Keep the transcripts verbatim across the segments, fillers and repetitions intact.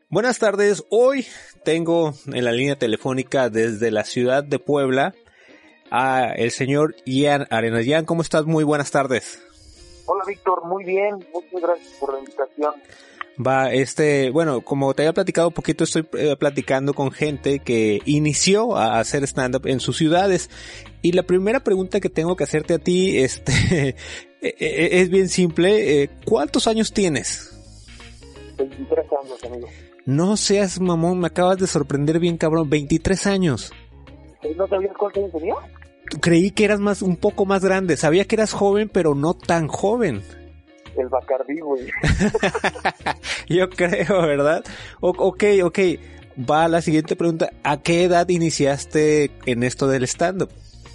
Buenas tardes, hoy tengo en la línea telefónica desde la ciudad de Puebla a el señor Ian Arenas. Ian, ¿cómo estás? Muy buenas tardes. Hola Víctor, muy bien, muchas gracias por la invitación. Va, este, bueno, como te había platicado un poquito, estoy eh, platicando con gente que inició a hacer stand-up en sus ciudades. Y la primera pregunta que tengo que hacerte a ti, este, es bien simple. Eh, ¿Cuántos años tienes? veintitrés años, amigo. No seas mamón, me acabas de sorprender bien cabrón, veintitrés años. ¿No sabías cuántos años tenía? Creí que eras más, un poco más grande, sabía que eras joven, pero no tan joven. El Bacardí, güey. Yo creo, ¿verdad? O, ok, ok, va la siguiente pregunta, ¿a qué edad iniciaste en esto del stand-up?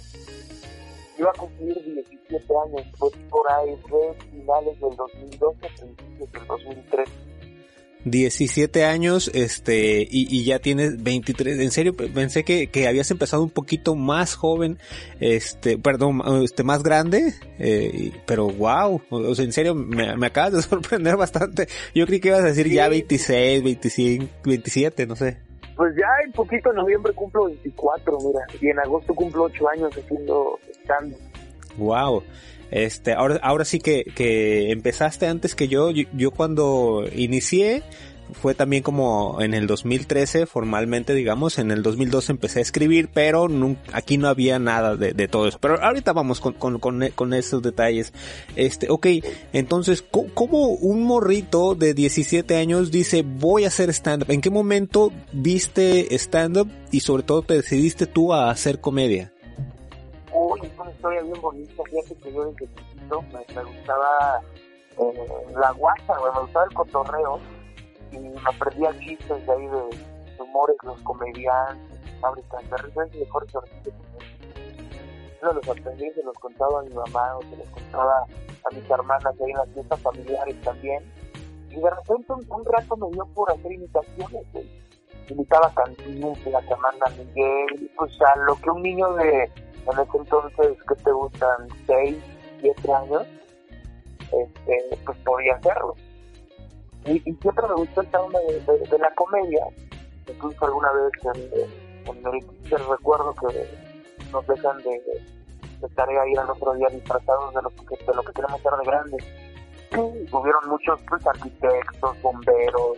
Iba a cumplir diecisiete años, fue por ahí de finales del dos mil doce, principios del dos mil trece. diecisiete años, este, y, y ya tienes veintitrés, en serio, pensé que, que habías empezado un poquito más joven, este, perdón, este, más grande, eh, pero wow, o sea, en serio, me, me acabas de sorprender bastante. Yo creí que ibas a decir sí. Ya veintiséis, veinticinco, veintisiete, no sé. Pues ya en poquito, en noviembre cumplo veinticuatro, mira, y en agosto cumplo ocho años haciendo stand-up. Wow. Este, ahora, ahora sí que, que empezaste antes que yo. yo, yo cuando inicié fue también como en el dos mil trece formalmente, digamos, en el dos mil doce empecé a escribir, pero no, aquí no había nada de, de todo eso. Pero ahorita vamos con, con, con, con esos detalles. Este, ok, entonces, ¿cómo un morrito de diecisiete años dice voy a hacer stand-up? ¿En qué momento viste stand-up y sobre todo te decidiste tú a hacer comedia? Uy, es una historia bien bonita. Fíjate que yo desde chiquito me, me gustaba eh, la guasa, me gustaba el cotorreo y me aprendía chistes de ahí de, de humores, los comediantes, fábricas de risas y mejores artistas. Yo los aprendí y se los contaba a mi mamá o se los contaba a mis hermanas ahí en las fiestas familiares también. Y de repente un, un rato me dio por hacer imitaciones, güey. Imitaba a Cantinflas, a Amanda Miguel, pues a lo que un niño de en ese entonces, que te gustan seis, siete años, este, pues podía hacerlo. Y, y siempre me gustó esta onda de, de, de la comedia. Incluso alguna vez en, en el teacher recuerdo que nos dejan de, de tarea ir al otro día disfrazados de lo que, de lo que queremos ser de grandes. Y hubieron muchos pues, arquitectos, bomberos.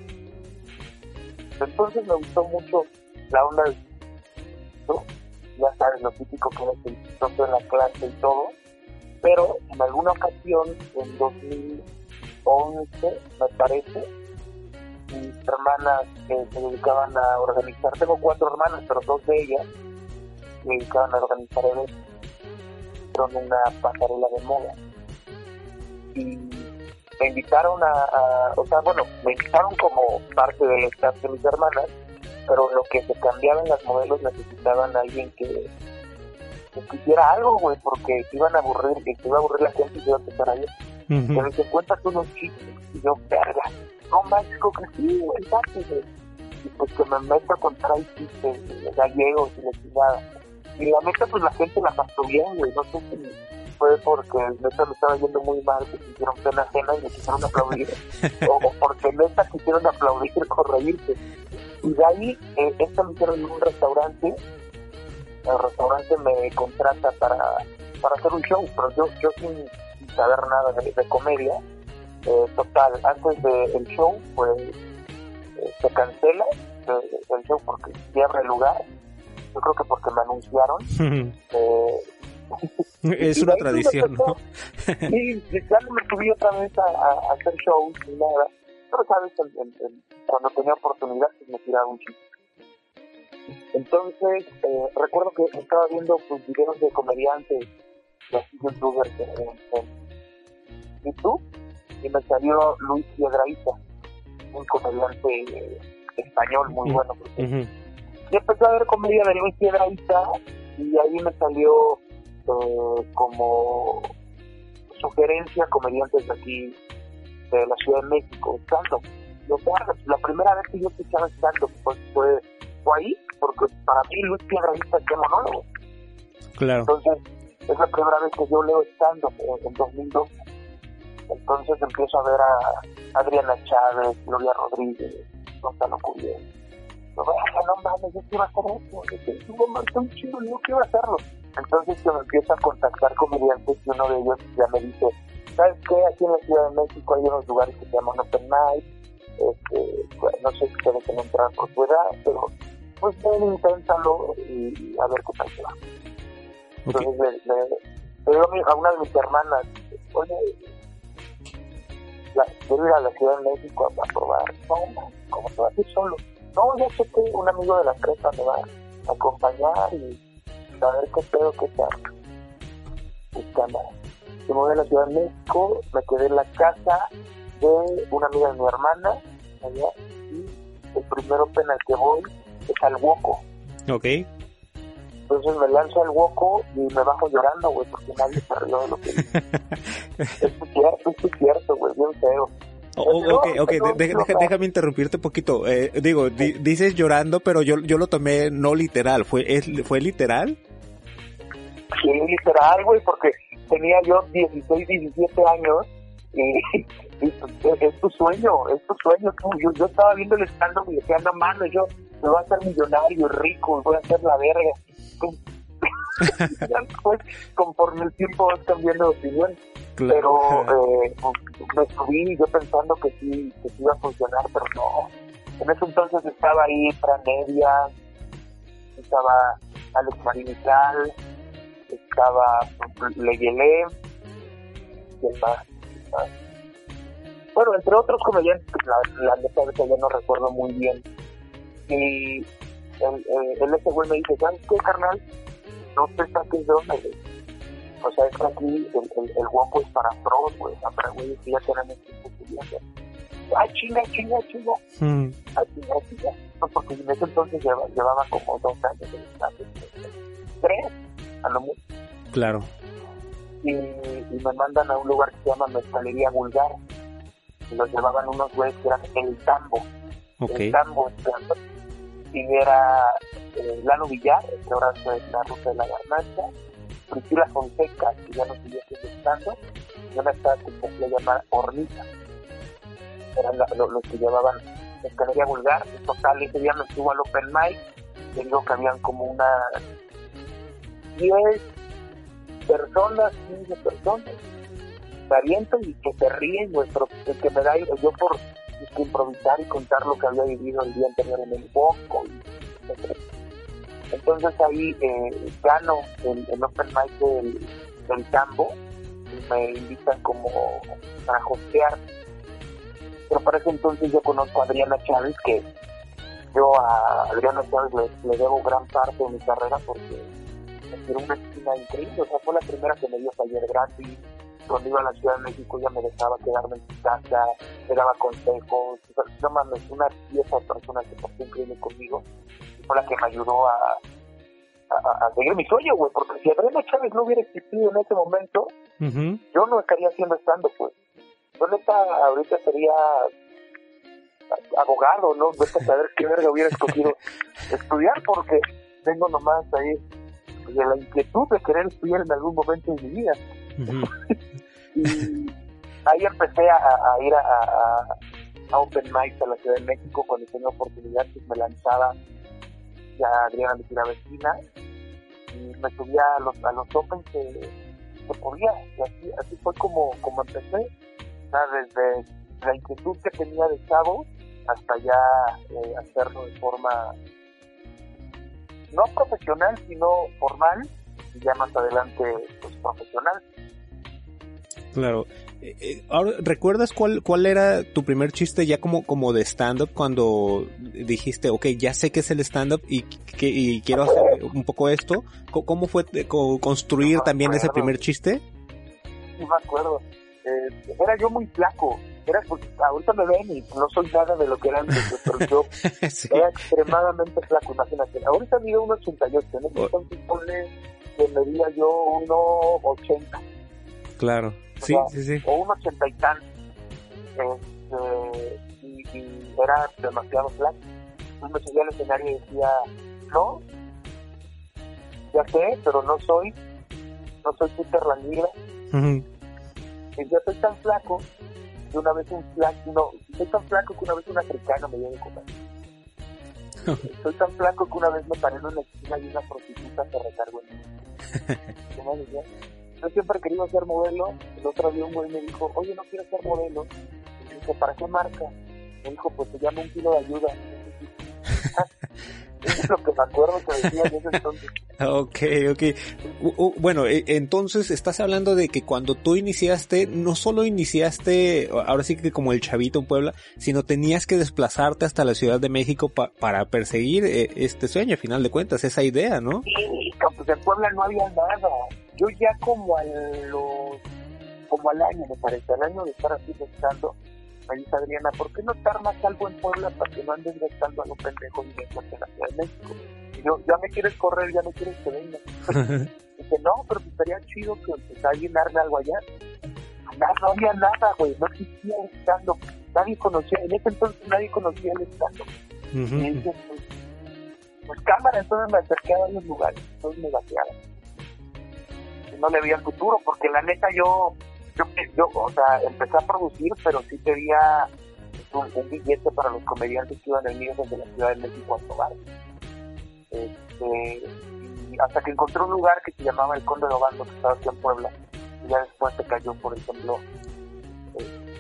Entonces me gustó mucho la onda de, ¿no? Ya sabes, lo típico que es el chistoso en la clase y todo, pero en alguna ocasión, en dos mil once, me parece, mis hermanas eh, se dedicaban a organizar, tengo cuatro hermanas, pero dos de ellas se dedicaban a organizar eventos, hicieron una pasarela de moda, y me invitaron a, a, o sea, bueno, me invitaron como parte del staff de mis hermanas, pero lo que se cambiaba en las modelos necesitaban a alguien que, que quisiera algo, güey, porque se iban a aburrir, que se iba a aburrir la gente y se iba a empezar a ir. Uh-huh. Pero se cuentas unos chistes, y yo, verga, no mágico que sí, güey, exacto, y pues que me meto a contar ahí chistes gallegos y la chingada. Y la neta, pues la gente la pasó bien, güey, no sé si fue porque neta me estaba yendo muy mal, que hicieron pena ajena y me quisieron aplaudir, o, o porque neta quisieron aplaudir por reírse. Y de ahí, eh, esto lo hicieron en un restaurante, el restaurante me contrata para, para hacer un show, pero yo, yo sin, sin saber nada de, de comedia, eh, total, antes del de show, pues, eh, se cancela eh, el show porque cierra el lugar, yo creo que porque me anunciaron, eh, es una tradición, ¿no? Y ya no me subí otra vez a, a hacer shows ni nada, pero sabes, en, en, en, cuando tenía oportunidad pues me tiraba un chiste. Entonces eh, recuerdo que estaba viendo pues videos de comediantes, de así youtubers en, en YouTube, y me salió Luis Piedrahíta, un comediante eh, español muy uh-huh. bueno. Uh-huh. Y empecé a ver comedia de Luis Piedrahíta y ahí me salió eh, como sugerencia comediantes de aquí de la Ciudad de México, stand-up. Yo, la primera vez que yo escuchaba stand-up pues fue, fue ahí, porque para mí Luis Piedrahíta es monólogo. Claro. Entonces, es la primera vez que yo leo stand-up en, en dos mil doce. Entonces empiezo a ver a Adriana Chávez, Gloria Rodríguez, Gonzalo Curiel. No, no mames, yo quiero hacer esto, yo me estoy chido, yo quiero hacerlo. Entonces yo me empiezo a contactar comediantes y uno de ellos ya me dice, ¿sabes qué? Aquí en la Ciudad de México hay unos lugares que se llaman Open Mic, este, pues, no sé si ustedes quieren entrar por tu edad, pero pues ven, inténtalo y a ver qué tal se va. Okay. Entonces le, le, le digo a una de mis hermanas, oye, la, quiero ir a la Ciudad de México a, a probar. No, ¿cómo te vas a ir solo? No, ya sé que un amigo de la prepa me va a acompañar y a ver qué pedo, qué tal. Pues cámara. Me mudé a la Ciudad de México, me quedé en la casa de una amiga de mi hermana, allá, y el primer open al que voy es al Woco. Ok. Entonces me lanzo al Woco y me bajo llorando, güey, porque nadie se rió de lo que hice. Esto es cierto, esto es cierto, güey, bien feo. Oh, ok, ok, de, de, deja, déjame interrumpirte un poquito. Eh, digo, di, dices llorando, pero yo yo lo tomé no literal. ¿Fue es, fue literal? Sí, literal, güey, porque tenía yo dieciséis, diecisiete años y, y es tu sueño, es tu sueño. Yo, yo estaba viendo el stand-up y decía, no mames, yo me voy a hacer millonario, rico, voy a hacer la verga. Ya después, conforme el tiempo vas cambiando de opinión. Claro. Pero eh, me subí yo pensando que sí, que sí iba a funcionar, pero no. En ese entonces estaba ahí Fran Evia, estaba Alex Marinical, estaba Leyelé, ¿quién más? Bueno, entre otros comediantes, la, la neta de que ya no recuerdo muy bien. Y el, el, el ese güey me dice, ¿sabes qué, carnal? No te saques de onda, güey. O sea, es que aquí el, el, el Woco es para pros, güey, para güeyes que ya tienen el tiempo estudiando. ¡Ay, chinga, chinga, chinga! Mm. ¡Ay, chinga, chinga! No, porque en ese entonces llevaba, llevaba como dos años en el estado. Tres, a lo mucho. Claro. Y, y me mandan a un lugar que se llama Mezcalería Vulgar. Y los llevaban unos güeyes que eran El Tambo. Okay. El Tambo, y era eh, Lalo Villar, que ahora es la Ruta de la Garnacha, Priscila Fonseca, que ya no siguió estando, y una estaba que se hacía llamar Hornita. Eran la, lo, los que llevaban Mezcalería Vulgar. En total, ese día me estuvo al Open Mic, y digo que habían como unas diez personas, quince personas. Me aviento y que se ríen, nuestro, que me da yo por que improvisar y contar lo que había vivido el día anterior en el Woco. Entonces ahí eh, gano el, el Open Mic del, del Tambo y me invitan como para hostear. Pero para ese entonces yo conozco a Adriana Chávez, que yo a Adriana Chávez le, le debo gran parte de mi carrera porque me dio una esquina increíble. O sea, fue la primera que me dio taller gratis. Cuando iba a la Ciudad de México ya me dejaba quedarme en su casa, me daba consejos. O sea, no mames, una pieza de persona que pasó increíble conmigo y fue la que me ayudó a, a, a seguir mi sueño, güey. Porque si Adriana Chávez no hubiera existido en ese momento, uh-huh. yo no estaría haciendo stand-up, pues. Yo neta ahorita sería abogado, ¿no? Vete a saber qué verga hubiera escogido estudiar, porque tengo nomás ahí de la inquietud de querer estudiar en algún momento de mi vida. Uh-huh. Y ahí empecé a, a ir a, a, a Open Mics a la Ciudad de México. Cuando tenía oportunidad pues me lanzaba, ya Adriana me tiraba esquina y me subía a los, a los Open que se podía, y así, así fue como, como empecé, o sea, desde la inquietud que tenía de chavo hasta ya eh, hacerlo de forma no profesional sino formal, y ya más adelante pues profesional. Claro. Eh, ahora, ¿recuerdas cuál cuál era tu primer chiste ya como como de stand-up cuando dijiste, okay, ya sé qué es el stand-up y, que, y quiero hacer un poco esto? ¿Cómo fue construir no también ese primer chiste? Sí, me acuerdo. Eh, era yo muy flaco. Era, pues, ahorita me ven y no soy nada de lo que era antes, pero yo sí. Era extremadamente flaco, imagínate. Ahorita mido uno ochenta y ocho, ¿no? Entonces ponle que medía yo uno ochenta. Claro. Sí, o sea, sí, sí. O un ochenta y tantos. Este, y, y era demasiado flaco. Entonces me subía al escenario y decía, no, ya sé, pero no soy, no soy Peter Languila. Uh-huh. Y yo soy tan flaco que una vez un flaco, no, soy tan flaco que una vez un africano me dio de comer. Soy tan flaco que una vez me paré en una esquina y una prostituta se recargó en mí. ¿Qué más decía? Yo siempre he querido ser modelo. El otro día un güey me dijo, oye, no quiero ser modelo. Y dije, ¿para qué marca? Me dijo, pues se llama un kilo de ayuda. Es lo que me acuerdo que decía en ese entonces. Okay, okay. Uh, uh, bueno, eh, entonces estás hablando de que cuando tú iniciaste, no solo iniciaste, ahora sí que como el chavito en Puebla, sino tenías que desplazarte hasta la Ciudad de México pa- para perseguir eh, este sueño, a final de cuentas, esa idea, ¿no? Sí, pues en Puebla no había nada. Yo ya como a los, como al año, me parece, al año de estar así gastando, me dice Adriana, ¿por qué no te armas algo en Puebla para que no andes gastando a los pendejos y vengas en la Ciudad de México? Y yo, ya me quieres correr, ya no quieres que venga. Dice, no, pero estaría chido que empezara a llenarme algo allá. Nada, no había nada, güey, no existía el stand-up. Nadie conocía, en ese entonces nadie conocía el stand-up. Uh-huh. Y dije, pues, pues cámara, entonces me acerqué a varios lugares, entonces me vaciaron. Y no le veía el futuro, porque la neta yo... Yo, yo, o sea, empecé a producir, pero sí pedía un, un billete para los comediantes que iban en desde la Ciudad de México a tocar. Este, y hasta que encontré un lugar que se llamaba El Conde de Obando, que estaba aquí en Puebla, y ya después se cayó, por ejemplo. Eh,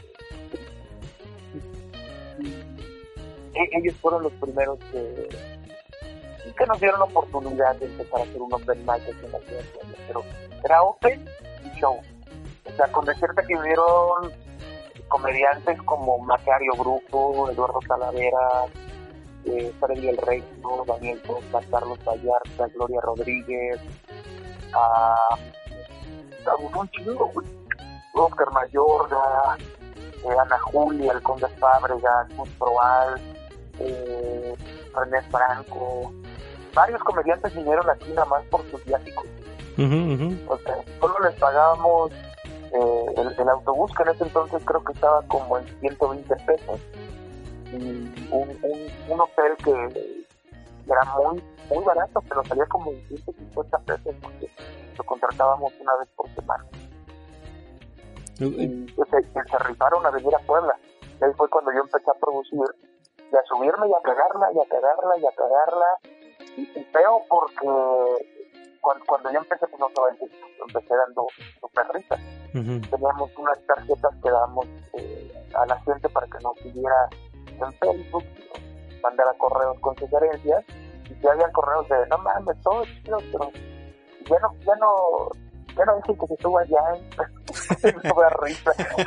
y, ellos fueron los primeros que, que nos dieron la oportunidad de empezar a hacer un open mic en la Ciudad de Puebla, pero era open y show. O sea, con decirte que vieron comediantes como Macario Brujo, Eduardo Talavera, eh, Freddy el Reino, Daniel Costa, Carlos Vallarta, Gloria Rodríguez, a uh, un chingo, Oscar Mayorga, eh, Ana Julia, el Conde Fábrega, Gus Proal, eh, René Franco. Varios comediantes vinieron aquí nada más por sus viáticos. Uh-huh, uh-huh. O sea, solo les pagábamos Eh, el, el autobús, que en ese entonces creo que estaba como en ciento veinte pesos, y un, un, un hotel que era muy muy barato, pero salía como en ciento cincuenta pesos porque lo contratábamos una vez por semana. Uh-huh. Y pues, se, se rifaron a venir a Puebla, y ahí fue cuando yo empecé a producir y a subirme y a cagarla y a cagarla y a cagarla y, y feo porque cuando, cuando yo empecé, pues no estaba en TikTok, empecé dando super risas. Uh-huh. Teníamos unas tarjetas que dábamos eh, a la gente para que nos siguiera en Facebook, mandara correos con sugerencias, y si había correos de no mames, todo chido, pero ya no, ya no, ya no dejen que se suba ya, ¿eh? No me da risa.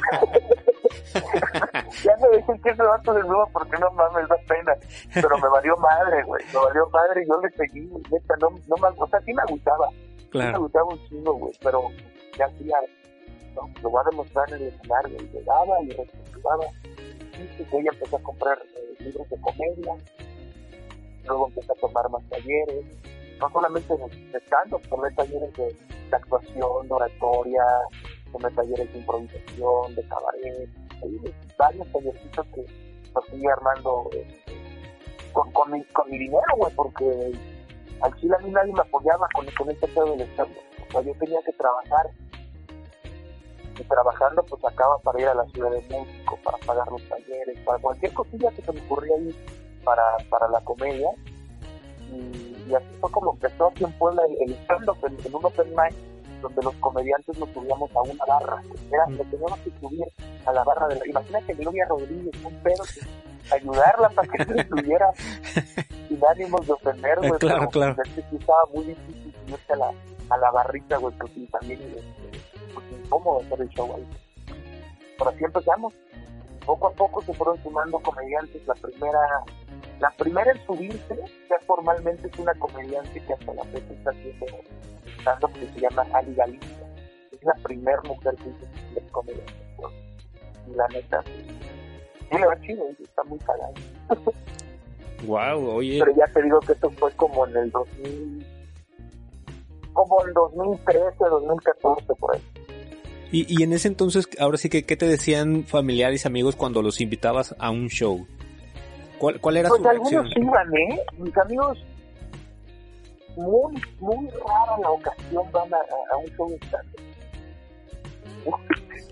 Ya no dejen que se vato de nuevo porque no mames, da pena. Pero me valió madre, güey, me valió madre y yo le seguí, neta, no, no me, o sea, sí me gustaba, claro. Sí me gustaba un chingo, güey, pero ya hacía, no, lo voy a demostrar en el escenario, y llegaba y reestructuraba, y yo ya empecé a comprar eh, libros de comedia, luego empecé a tomar más talleres, no solamente de stand-up, tomé talleres de, de actuación, de oratoria, tomé talleres de improvisación, de cabaret, hay varios tallercitos que los fui armando eh, con, con, mi, con mi dinero, güey, porque al chile a mí nadie me apoyaba con, con este pedo del stand-up. O sea, yo tenía que trabajar, y trabajando pues acaba para ir a la Ciudad de México, para pagar los talleres, para cualquier cosilla que se me ocurría ahí para, para la comedia. Y, y así fue como empezó aquí en Puebla el, el stand-up en, en un open mic, donde los comediantes nos subíamos a una barra. Era, mm. le teníamos que subir a la barra de la... Imagínate Gloria Rodríguez, un pedo, que ayudarla para que se subiera sin ánimos de ofender, güey. Claro, pero, claro. Es que estaba muy difícil subirse a la, a la barrita, güey, porque también pues, incómodo hacer el show ahí. Pero así empezamos. Poco a poco se fueron sumando comediantes. La primera... La primera en subirse, ya formalmente, es una comediante que hasta la fecha está haciendo stand-up, que se llama Ali Galicia. Es la primera mujer que hizo el comediante. Y la neta, sí le va chido, está muy cagado. Wow, oye. Pero ya te digo que esto fue como en el dos mil, como en dos mil trece, dos mil catorce, por ahí. Y, y en ese entonces, ahora sí que, ¿qué te decían familiares y amigos cuando los invitabas a un show? ¿Cuál, cuál era pues su reacción? Algunos iban, ¿eh? Mis amigos, muy, muy rara la ocasión van a, a un show de stand-up.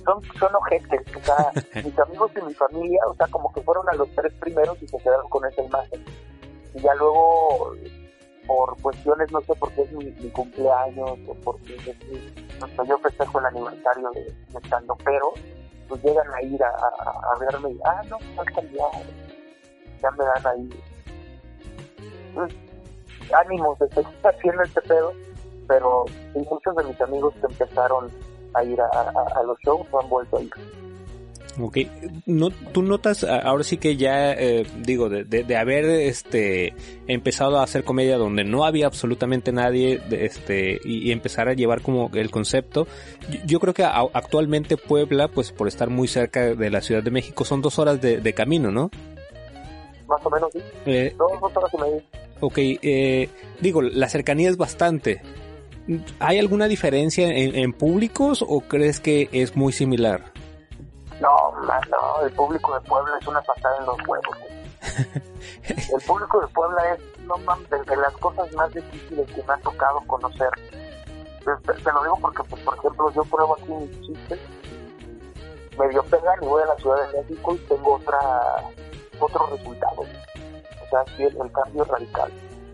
son, son ojetes, o sea, mis amigos y mi familia, o sea, como que fueron a los tres primeros y se quedaron con esa imagen. Y ya luego, por cuestiones, no sé por qué es mi, mi cumpleaños, o porque es mi, no sé, yo festejo el aniversario de, de estando, pero pues llegan a ir a, a, a verme y, ah, no, no has cambiado, ya me dan ahí pues, ánimos de seguir haciendo este pedo, pero y muchos de mis amigos que empezaron a ir a, a, a los shows no han vuelto a ir. Ok, no, tú notas, ahora sí que ya, eh, digo, de, de, de haber este empezado a hacer comedia donde no había absolutamente nadie, de, este y, y empezar a llevar como el concepto, yo, yo creo que a, actualmente Puebla, pues por estar muy cerca de la Ciudad de México, son dos horas de, de camino, ¿no? Más o menos, sí. Eh, dos, dos horas y media. Ok, eh, digo, la cercanía es bastante. ¿Hay alguna diferencia en, en públicos o crees que es muy similar? No, man, no, el público de Puebla es una patada en los huevos. El público de Puebla es, no mames, de, de las cosas más difíciles que me ha tocado conocer. Te, te lo digo porque, pues, por ejemplo, yo pruebo aquí mis chistes, medio pegan y voy a la Ciudad de México y tengo otra otro resultado. O sea, sí, el, el cambio es radical.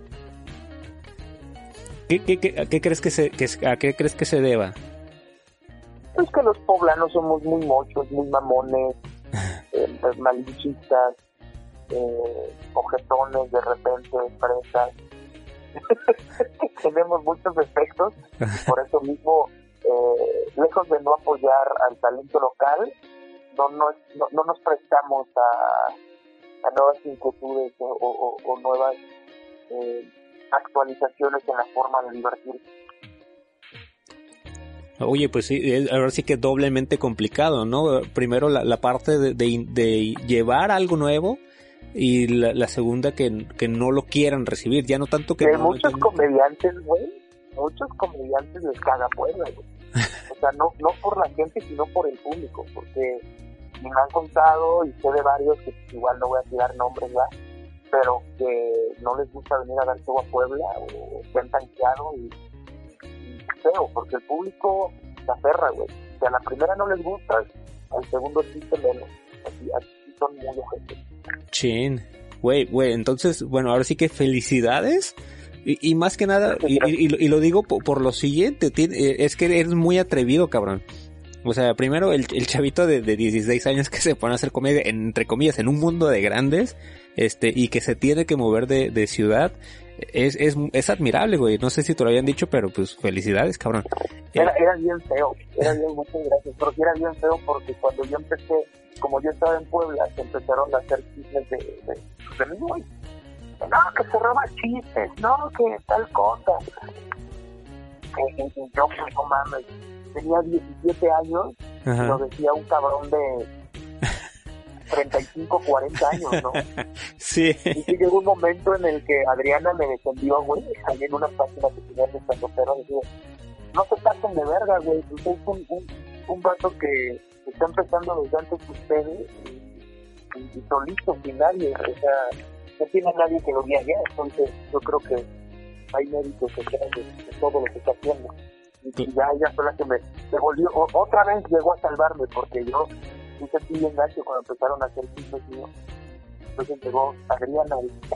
¿Qué, qué, qué, a qué crees que se, que, a qué crees que se deba? Es que los poblanos somos muy mochos, muy mamones, eh, malinchistas, eh, ojetones de repente, fresas. Tenemos muchos defectos, por eso mismo, eh, lejos de no apoyar al talento local, no, no, no, no nos prestamos a, a nuevas inquietudes o, o, o nuevas eh, actualizaciones en la forma de divertirse. Oye, pues sí, ahora sí que es doblemente complicado, ¿no? Primero la, la parte de, de, de llevar algo nuevo y la, la segunda que, que no lo quieran recibir, ya no tanto que... De no, muchos no comediantes, güey, muchos comediantes les caga Puebla, güey. O sea, no, no por la gente, sino por el público, porque me han contado y sé de varios que igual no voy a tirar nombres ya, pero que no les gusta venir a dar show a Puebla o se han tanqueado y... feo, porque el público se aferra, güey. Si a la primera no les gusta, al segundo chiste menos. Así, así son muy ojetes. Chin. Güey, güey, entonces, bueno, ahora sí que felicidades. Y, y más que nada, y, y, y, lo, y lo digo por, por lo siguiente, es que eres muy atrevido, cabrón. O sea, primero el, el chavito de, de dieciséis años que se pone a hacer comedia, entre comillas, en un mundo de grandes, este, y que se tiene que mover de, de ciudad, es, es, es admirable, güey. No sé si te lo habían dicho, pero pues felicidades, cabrón. Era, era bien feo, era bien, muchas gracias, pero sí era bien feo porque cuando yo empecé, como yo estaba en Puebla, se empezaron a hacer chismes de, de, de mí, güey. No, que se roba chistes, no, que tal cosa. Y, y, y yo, pues, no mames, tenía diecisiete años, y lo decía un cabrón de treinta y cinco, cuarenta años, ¿no? Sí. Y sí llegó un momento en el que Adriana me defendió, güey, también en una página que tenía de Santo Pero, decía, no se pasen de verga, güey, pues es un, un, un vato que está empezando desde antes que ustedes y, y, y solito, sin nadie, o sea, no tiene nadie que lo guíe allá, entonces yo creo que hay méritos que quedan de, de todo lo que está haciendo. Y, y ya ella fue la que me, me volvió, o, otra vez llegó a salvarme, porque yo hice así bien gacho cuando empezaron a hacer chismes míos. Entonces llegó Adriana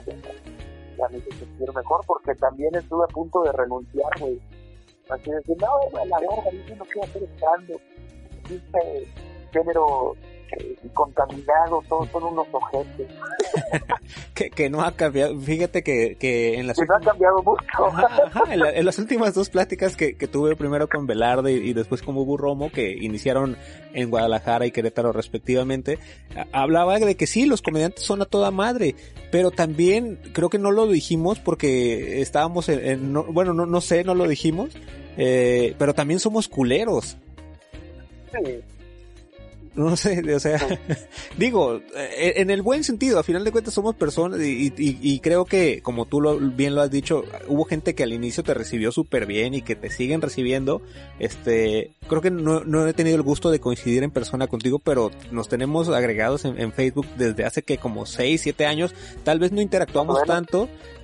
y ya me hizo sentir mejor, porque también estuve a punto de renunciar, güey. Así de decir, no, güey, la verga, yo no quiero hacer estando. Este género eh, contaminado, todos son unos ojetes. que, que no ha cambiado, fíjate que, que en las que últimas... no ha cambiado mucho. Ajá, ajá, en, la, en las últimas dos pláticas que, que tuve, primero con Velarde y, y después con Bubu Romo, que iniciaron en Guadalajara y Querétaro respectivamente, hablaba de que sí, los comediantes son a toda madre, pero también creo que no lo dijimos porque estábamos en, en no, bueno, no, no sé, no lo dijimos, eh, pero también somos culeros. Sí. No sé, o sea, sí. Digo, en el buen sentido, a final de cuentas somos personas y, y, y creo que, como tú lo, bien lo has dicho, hubo gente que al inicio te recibió súper bien y que te siguen recibiendo. Este, creo que no, no he tenido el gusto de coincidir en persona contigo, pero nos tenemos agregados en, en Facebook desde hace que como seis, siete años. Tal vez no interactuamos bueno. tanto,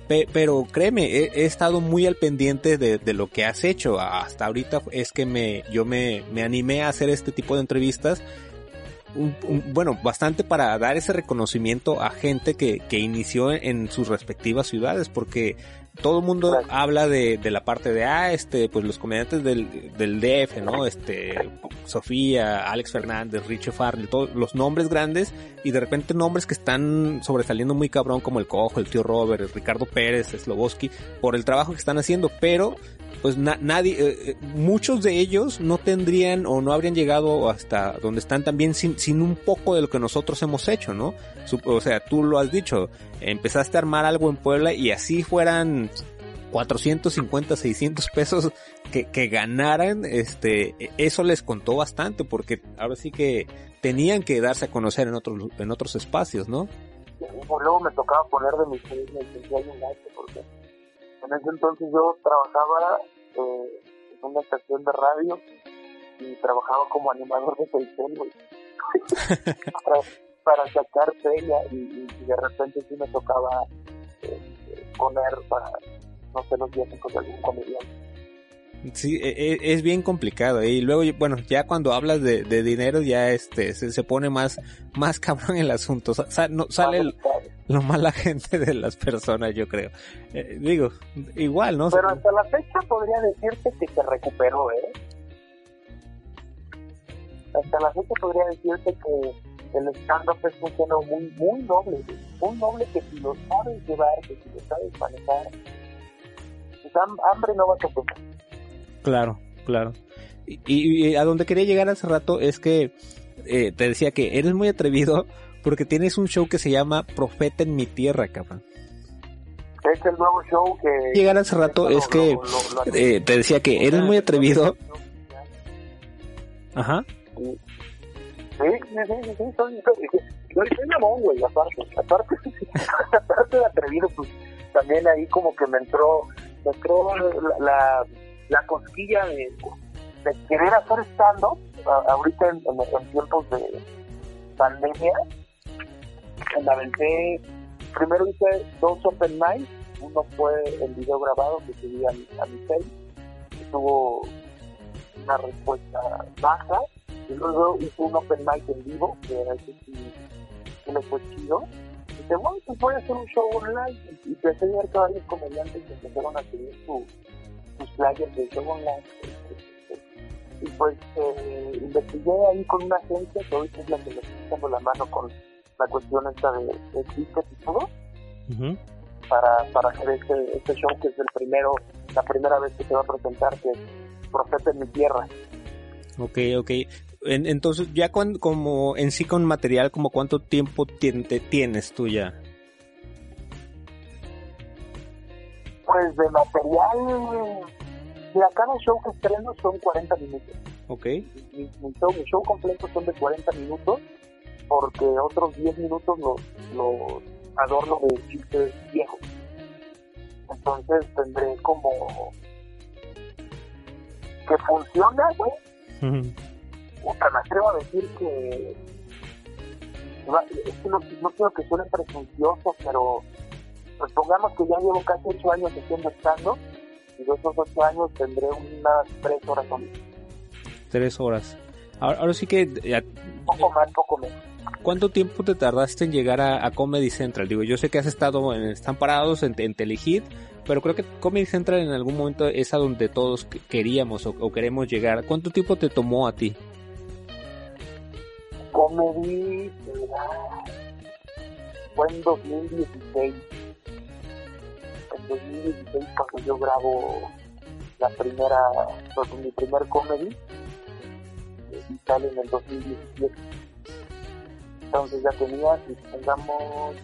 Pe- pero créeme, he, he estado muy al pendiente de, de lo que has hecho. Hasta ahorita es que me, yo me, me animé a hacer este tipo de entrevistas. Un, un, bueno, bastante para dar ese reconocimiento a gente que, que inició en, en sus respectivas ciudades, porque todo el mundo claro. habla de, de la parte de, ah, este, pues los comediantes del, del D F, ¿no? Este, Sofía, Alex Fernández, Richo Farrell, todos los nombres grandes, y de repente nombres que están sobresaliendo muy cabrón, como el Cojo, el Tío Robert, el Ricardo Pérez, Sloboski, por el trabajo que están haciendo, pero pues na- nadie, eh, muchos de ellos no tendrían o no habrían llegado hasta donde están también sin, sin un poco de lo que nosotros hemos hecho, ¿no? O sea, tú lo has dicho, empezaste a armar algo en Puebla y así fueran cuatrocientos cincuenta, seiscientos pesos que, que ganaran, este, eso les contó bastante, porque ahora sí que tenían que darse a conocer en otros, en otros espacios, ¿no? Y luego me tocaba poner de mi sello, me sentía un gasto, porque en ese entonces yo trabajaba eh, en una estación de radio y trabajaba como animador de Facebook, güey. para, para sacar feria y, y de repente sí me tocaba eh, poner para, no sé, los días con algún comediante. Sí, es, es bien complicado, ¿eh? Y luego, bueno, ya cuando hablas de, de dinero ya este se, se pone más más cabrón el asunto. Sa, no, sale el, lo mala gente de las personas, yo creo. Eh, digo, igual, ¿no? Pero hasta la fecha podría decirte que se recuperó, ¿eh? Hasta la fecha podría decirte que el stand-up es un género muy, muy noble, muy noble, que si lo sabes llevar, que si lo sabes manejar, pues hambre no vas a tener. Claro, claro. Y, y, y a donde quería llegar hace rato es que eh, te decía que eres muy atrevido porque tienes un show que se llama Profeta en mi tierra, cabrón. Es el nuevo show que... Llegar hace rato es que lo, lo, lo, eh, te decía que eres muy atrevido. Ajá. Sí, sí, sí, sí, sí, soy, soy, soy mamón, güey, aparte, aparte, aparte de atrevido, pues también ahí como que me entró, me entró la... la la cosquilla de, de querer hacer stand-up ahorita en, en, en tiempos de pandemia. Me aventé, primero hice dos open mics, uno fue el video grabado que subí a, a mi face, que tuvo una respuesta baja, y luego hice un open mic en vivo, que era ese sí, que le fue chido. Y dije, bueno, pues voy a hacer un show online, y, y empecé a ver que varios comediantes que empezaron a subir su sus flyers de show online, y pues eh, investigué ahí con una agencia que hoy es la que me está echando la mano con la cuestión esta de, de tickets y todo, uh-huh. para, para hacer este, este show que es el primero, la primera vez que se va a presentar, que es Profeta en mi tierra. Ok, ok. En, entonces ya con, como en sí con material, como cuánto tiempo tien, te tienes tú ya. Pues de material, mira, cada show que estreno son cuarenta minutos. Ok. Mi, mi, show, mi show completo son de cuarenta minutos, porque otros diez minutos los, los adorno de chistes viejos. Entonces tendré como que funciona, güey. Uh-huh. Puta, me atrevo a decir que es que no, no quiero que suene presuncioso, pero pues pongamos que ya llevo casi ocho años haciendo stand-up, y de esos ocho años tendré unas tres horas o menos. Tres horas. Ahora, ahora sí que... Ya, poco más, poco menos. ¿Cuánto tiempo te tardaste en llegar a, a Comedy Central? Digo, yo sé que has estado en Están Parados, en, en Telehit, pero creo que Comedy Central en algún momento es a donde todos queríamos o, o queremos llegar. ¿Cuánto tiempo te tomó a ti? Comedy fue en dos mil dieciséis. En dos mil dieciséis cuando yo grabo la primera, pues, mi primer comedy, y sale en el dos mil diecisiete. Entonces ya tenía, si tengamos,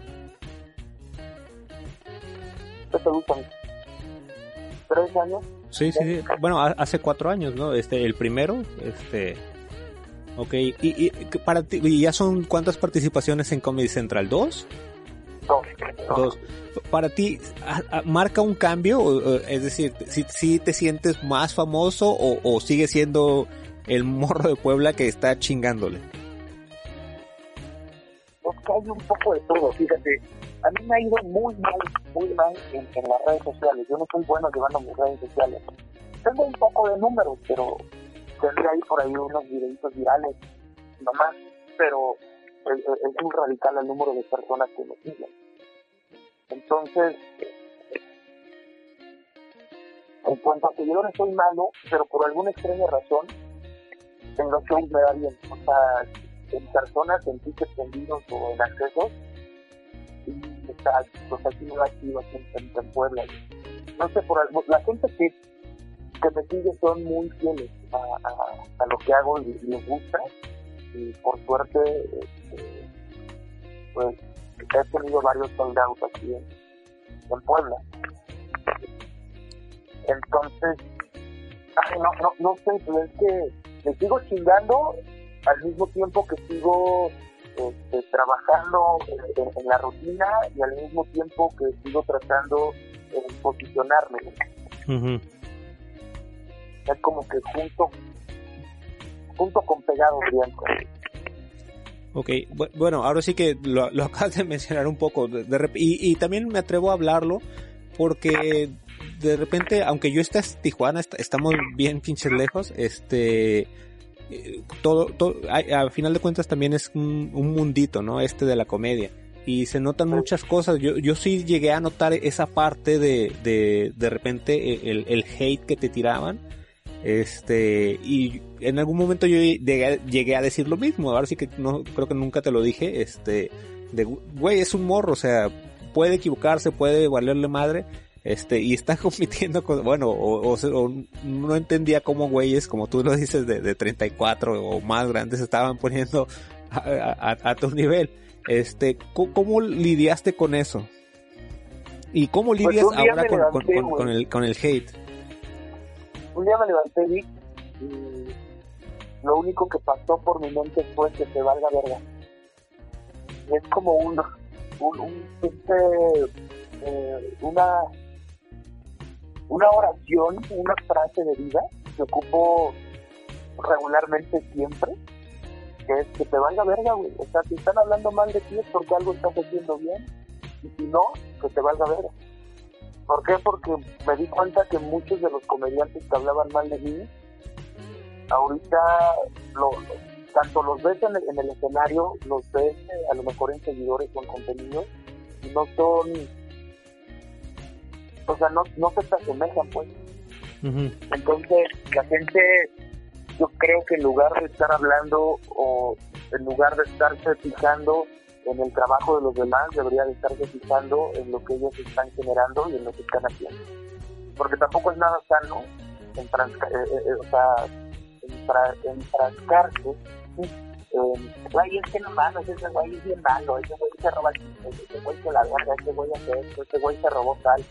¿qué te gustan? ¿Tres años? Sí, sí, sí. Bueno, hace cuatro años, ¿no? Este, el primero, este... Ok, y, y para ti, ¿y ya son cuántas participaciones en Comedy Central? ¿Dos? Dos. Dos. Para ti, ¿a, a, ¿marca un cambio? O, es decir, ¿si, si te sientes más famoso o, o sigue siendo el morro de Puebla que está chingándole? Es que hay un poco de todo, fíjate. a mí me ha ido muy mal, muy mal en, en las redes sociales. Yo no soy bueno llevando mis redes sociales. Tengo un poco de números, pero tendría ahí por ahí unos videitos virales nomás, pero es, es muy radical el número de personas que me siguen. Entonces, en cuanto a seguidores soy malo, pero por alguna extraña razón, en los shows me da bien. O sea, en personas, en tickets vendidos o en accesos, y está, pues aquí me va activo aquí en, en Puebla. No sé, por algo, la gente que, que me sigue son muy fieles a, a, a lo que hago y les gusta, y por suerte, este, pues, he tenido varios sold out aquí en, en Puebla. Entonces, ay, no, no, no sé, pero es que me sigo chingando al mismo tiempo que sigo este, trabajando en, en, en la rutina y al mismo tiempo que sigo tratando de posicionarme. Uh-huh. Es como que junto, junto con pegado, Bianco. Ok, bueno, ahora sí que lo, lo acabas de mencionar un poco, de, de rep- y, y también me atrevo a hablarlo porque de repente, aunque yo esté en Tijuana, est- estamos bien pinches lejos, este, eh, todo, todo, a, a final de cuentas también es un, un mundito, ¿no? Este de la comedia, y se notan muchas cosas. Yo, yo sí llegué a notar esa parte de, de, de repente el, el hate que te tiraban. Este, y en algún momento yo llegué, llegué a decir lo mismo. Ahora sí que no, creo que nunca te lo dije, este, de, güey, es un morro, o sea, puede equivocarse, puede valerle madre, este, y está compitiendo con, bueno, o, o, o no entendía cómo güeyes, como tú lo dices, de, de treinta y cuatro o más grandes se estaban poniendo a, a, a tu nivel. Este, ¿cómo, cómo lidiaste con eso? ¿Y cómo lidias pues ahora con, levanté, con, con, con el, con el hate? Un día me levanté, Vic, y lo único que pasó por mi mente fue que te valga verga. Y es como un, un, un este, eh, una, una oración, una frase de vida que ocupo regularmente siempre, que es que te valga verga, güey. O sea, si están hablando mal de ti es porque algo estás haciendo bien, y si no, que te valga verga. ¿Por qué? Porque me di cuenta que muchos de los comediantes que hablaban mal de mí, ahorita lo, lo, tanto los ves en el, en el escenario, los ves eh, a lo mejor en seguidores o en contenidos, y no son, o sea, no, no se te asemejan, pues. Uh-huh. Entonces, la gente, yo creo que en lugar de estar hablando o en lugar de estarse fijando en el trabajo de los demás, debería de estarse fijando en lo que ellos están generando y en lo que están haciendo. Porque tampoco es nada sano enfrasca, eh, eh, o sea, enfra, enfrascarse en, güey, es que no mames, ese güey es bien malo, ese güey se roba el chiste, ese güey se la verga, ese güey hace esto, ese güey se robó tal.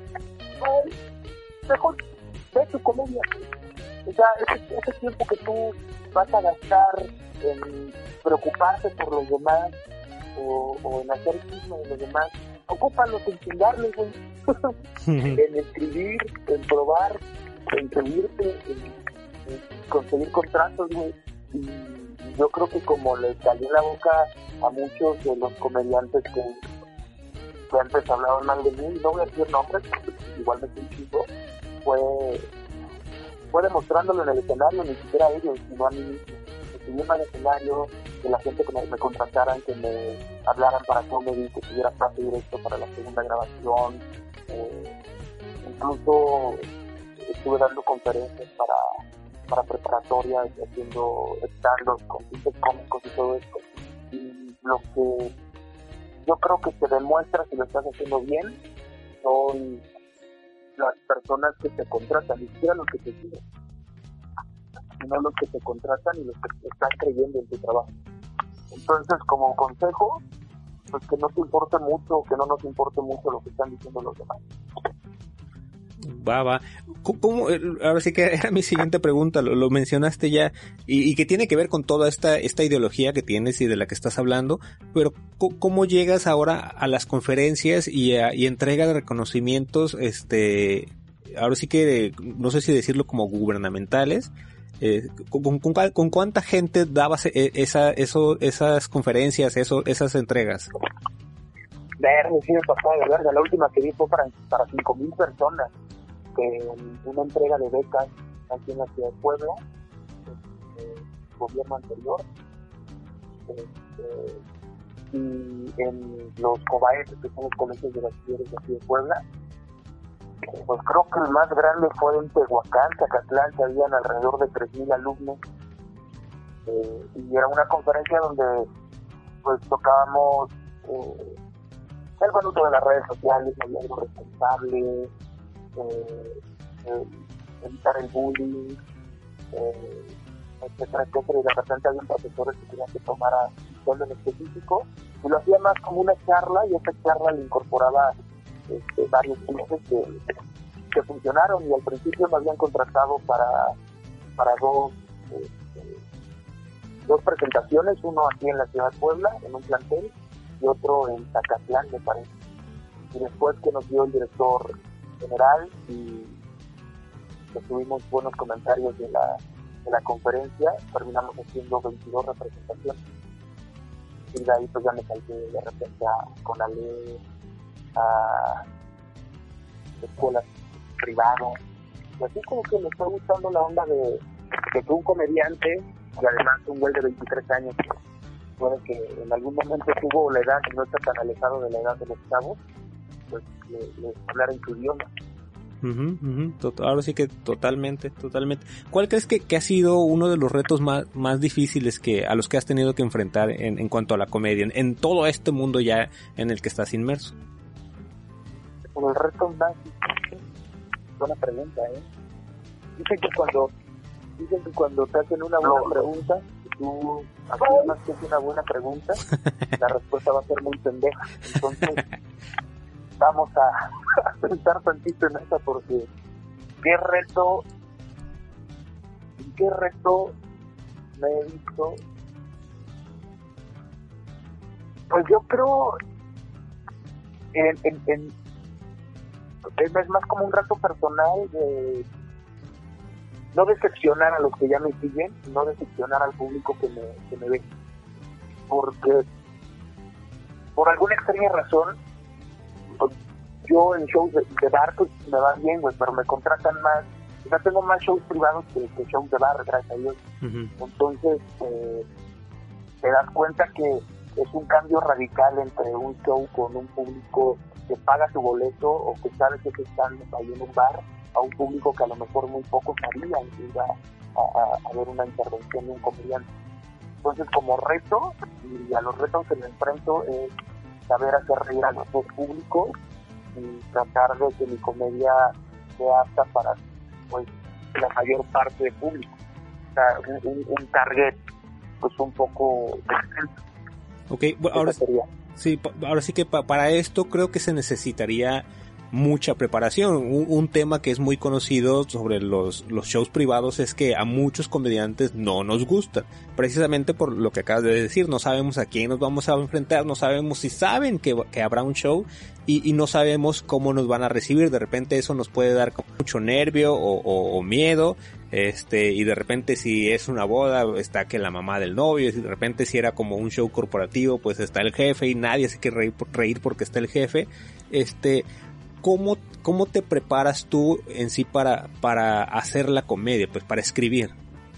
No, mejor ve tu comedia. O sea, ese, ese tiempo que tú vas a gastar en preocuparte por los demás, O, o en hacer chisme de los demás, ocúpalos en chingarles, güey. En escribir, en probar, en seguirte, en, en conseguir contratos, güey. Y yo creo que como les cayó la boca a muchos de los comediantes que, que antes hablaban mal de mí, no voy a decir nombres, igual me estoy chico, fue, fue demostrándolo en el escenario, ni siquiera a ellos, sino a mí mismo. Subirme al escenario, que la gente que me, me contrataran, que me hablaran para comedy, que tuviera pase directo para la segunda grabación. Eh, incluso estuve dando conferencias para, para preparatorias, haciendo stand-ups con chistes cómicos y todo esto. Y lo que yo creo que se demuestra si lo estás haciendo bien son las personas que te contratan, ni siquiera los que te siguen, sino los que te contratan y los que están creyendo en tu trabajo. Entonces, como consejo, pues que no te importe mucho, que no nos importe mucho lo que están diciendo los demás. Va, va. ¿Cómo? Ahora sí que era mi siguiente pregunta, lo, lo mencionaste ya, y, y que tiene que ver con toda esta esta ideología que tienes y de la que estás hablando, pero ¿cómo llegas ahora a las conferencias y, a, y entrega de reconocimientos, este, ahora sí que, no sé si decirlo como gubernamentales? Eh, con, con, con cuánta gente dabas esa, eso, esas conferencias, eso, esas entregas? Verde, sí me pasó de verga. La última que vi fue para, para cinco mil personas, que una entrega de becas aquí en la ciudad de Puebla, el gobierno anterior, este, y en los COBAES, que son los colegios de bachilleres de aquí de Puebla. Pues creo que el más grande fue en Tehuacán, Zacatlán, que habían alrededor de tres mil alumnos, eh, y era una conferencia donde pues tocábamos eh, el valor de las redes sociales, el algo responsable, eh, eh, evitar el bullying, eh, etcétera, etcétera, y de repente había profesores que tenían que tomar a un en específico, y lo hacía más como una charla, y esa charla le incorporaba este, varios chistes que, que funcionaron, y al principio me habían contratado para, para dos, este, dos presentaciones, uno aquí en la ciudad de Puebla, en un plantel, y otro en Zacatlán, me parece. Y después que nos dio el director general y que tuvimos buenos comentarios de la, de la conferencia, terminamos haciendo veintidós representaciones. Y de ahí pues ya me salté de repente a Conalé, a escuelas privadas. Y así como que me está gustando la onda de que tú, un comediante, y además un güey de veintitrés años, puede que en algún momento tuvo la edad y no está tan alejado de la edad de los chavos, pues le, le hablar en su idioma. Uh-huh, uh-huh. Tot- ahora sí que totalmente, totalmente. ¿Cuál crees que, que ha sido uno de los retos más, más difíciles que a los que has tenido que enfrentar en, en cuanto a la comedia, en, en todo este mundo ya en el que estás inmerso? Por el reto más difícil, buena pregunta, ¿eh? Dicen que cuando, dicen que cuando te hacen una buena pregunta, tú afirmas que es una buena pregunta, la respuesta va a ser muy pendeja. Entonces, vamos a, a pensar tantito en esa, porque qué reto, qué reto me he visto. Pues yo creo en, en, en es más como un reto personal de no decepcionar a los que ya me siguen, no decepcionar al público que me, que me ve, porque por alguna extraña razón pues, yo en shows de, de bar pues me va bien, güey, pero me contratan más, o sea, tengo más shows privados que, que shows de bar, gracias a Dios. Uh-huh. Entonces eh, te das cuenta que es un cambio radical entre un show con un público que paga su boleto o que sabe que se están ahí en un bar, a un público que a lo mejor muy poco sabía ir a, a, a ver una intervención de un comediante. Entonces, como reto, y a los retos que me enfrento es saber hacer reír a los dos públicos y tratar de que mi comedia sea apta para pues la mayor parte del público. O sea, un, un target pues un poco extenso. Ok, bueno, ahora, sí, ahora sí que pa, para esto creo que se necesitaría mucha preparación. Un, un tema que es muy conocido sobre los, los shows privados es que a muchos comediantes no nos gusta, precisamente por lo que acabas de decir. No sabemos a quién nos vamos a enfrentar, no sabemos si saben que, que habrá un show y, y no sabemos cómo nos van a recibir. De repente eso nos puede dar mucho nervio o, o, o miedo, este, y de repente si es una boda está que la mamá del novio, y de repente si era como un show corporativo pues está el jefe y nadie se quiere reír, reír porque está el jefe. Este, ¿Cómo, ¿Cómo te preparas tú en sí para, para hacer la comedia, pues para escribir?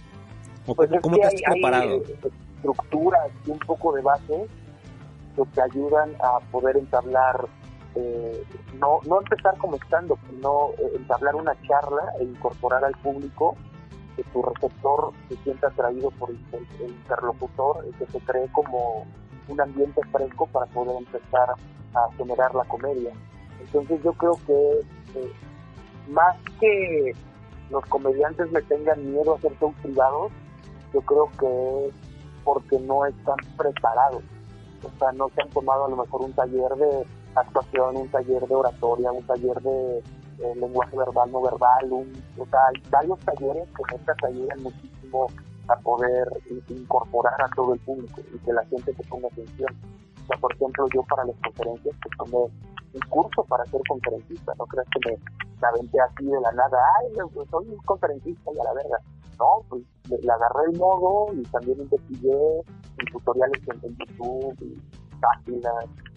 ¿O pues ¿Cómo, ¿cómo te has hay, preparado? Hay estructuras y un poco de base que te ayudan a poder entablar, eh, no, no empezar como stand-up, sino entablar una charla e incorporar al público, que tu receptor se sienta atraído por el, el, el interlocutor, y que se cree como un ambiente fresco para poder empezar a generar la comedia. Entonces yo creo que eh, más que los comediantes le tengan miedo a hacer shows privados, yo creo que es porque no están preparados. O sea, no se han tomado a lo mejor un taller de actuación, un taller de oratoria, un taller de eh, lenguaje verbal, no verbal, un, o sea, hay varios talleres que estas ayudan muchísimo a poder incorporar a todo el público y que la gente se ponga atención. O sea, por ejemplo, yo para las conferencias pues tomé un curso para ser conferencista, no creas que me, me aventé así de la nada, ay, pues soy un conferencista y a la verga. No, pues le, le agarré el modo y también investigué en tutoriales en, en YouTube y páginas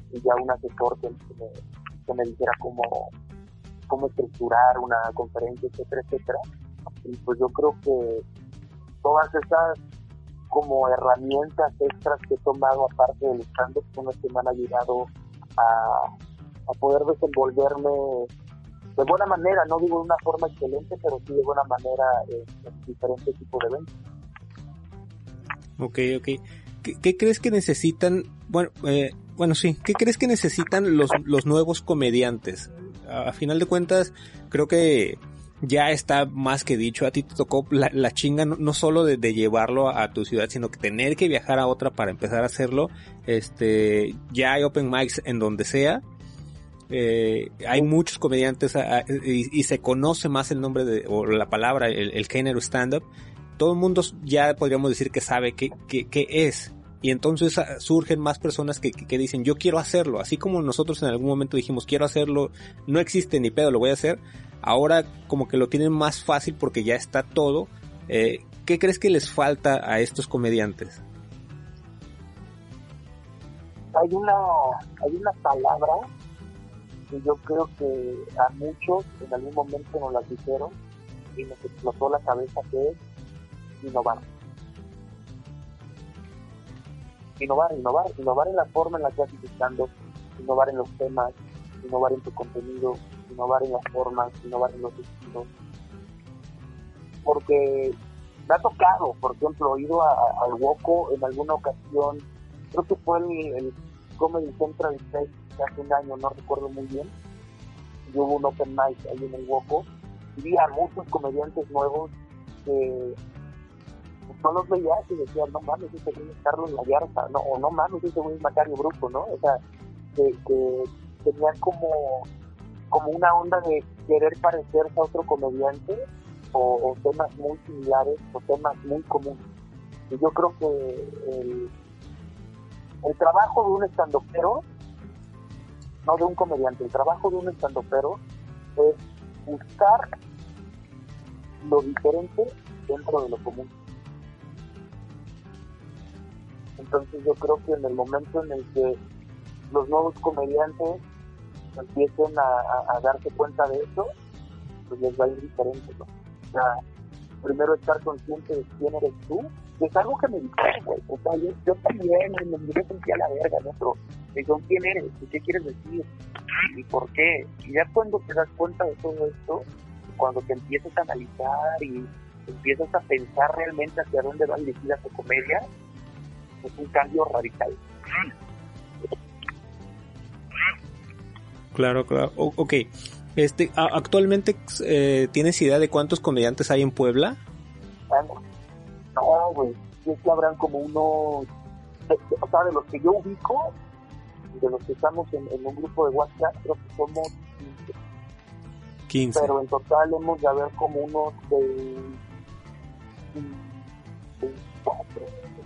y ya un asesor que, que, me, que me dijera cómo, cómo estructurar una conferencia, etcétera, etcétera. Y pues yo creo que todas esas como herramientas extras que he tomado aparte del stand-up son las que me han ayudado a, a poder desenvolverme de buena manera, no digo de una forma excelente, pero sí de buena manera en, en diferentes tipos de eventos. Ok, ok. ¿Qué, qué crees que necesitan? Bueno, eh, bueno, sí. ¿Qué crees que necesitan los, los nuevos comediantes? A, a final de cuentas, creo que ya está más que dicho. A ti te tocó la, la chinga no, no solo de, de llevarlo a, a tu ciudad, sino que tener que viajar a otra para empezar a hacerlo. Este, ya hay open mics en donde sea. Eh, hay muchos comediantes a, a, y, y se conoce más el nombre de, o la palabra, el, el género stand-up. Todo el mundo ya podríamos decir que sabe qué, qué, qué es. Y entonces surgen más personas que, que, que dicen, yo quiero hacerlo. Así como nosotros en algún momento dijimos, quiero hacerlo, no existe ni pedo, lo voy a hacer. Ahora como que lo tienen más fácil porque ya está todo. Eh, ¿Qué crees que les falta a estos comediantes? Hay una, hay una palabra que yo creo que a muchos en algún momento nos la dijeron y nos explotó la cabeza, que es innovar. Innovar, innovar, innovar en la forma en la que haces stand-up, innovar en los temas, innovar en tu contenido, innovar en las formas, innovar en los estilos. Porque me ha tocado, por ejemplo, he ido a, a, al Woco en alguna ocasión, creo que fue el, el Comedy Central Stage hace un año, no recuerdo muy bien, y hubo un open mic ahí en el Woco, y vi a muchos comediantes nuevos que no los veía y decían, no mames, ese güey es Carlos Vallarta, no, o no mames, ese güey es Macario Brujo, ¿no? O sea, que, que tenían como, como una onda de querer parecerse a otro comediante, o, o temas muy similares, o temas muy comunes. Y yo creo que el, el trabajo de un estandopero, no de un comediante, el trabajo de un estandopero es buscar lo diferente dentro de lo común. Entonces yo creo que en el momento en el que los nuevos comediantes empiecen a, a, a darse cuenta de eso, pues les va a ir diferente, ¿no? O sea, primero estar consciente de quién eres tú, que es algo que me dijeron, güey. O sea, yo, yo también me miré sentía la verga, ¿no? Pero me dijeron, ¿quién eres? ¿Y qué quieres decir? ¿Y por qué? Y ya cuando te das cuenta de todo esto, cuando te empiezas a analizar y empiezas a pensar realmente hacia dónde va dirigida tu comedia, es un cambio radical. Claro, claro. O, ok. Este, a, actualmente, eh, ¿tienes idea de cuántos comediantes hay en Puebla? No, güey. Es que habrán como unos... De, de, o sea, de los que yo ubico, de los que estamos en, en un grupo de WhatsApp, creo que somos quince. quince. Pero en total hemos de haber como unos de... veinticuatro.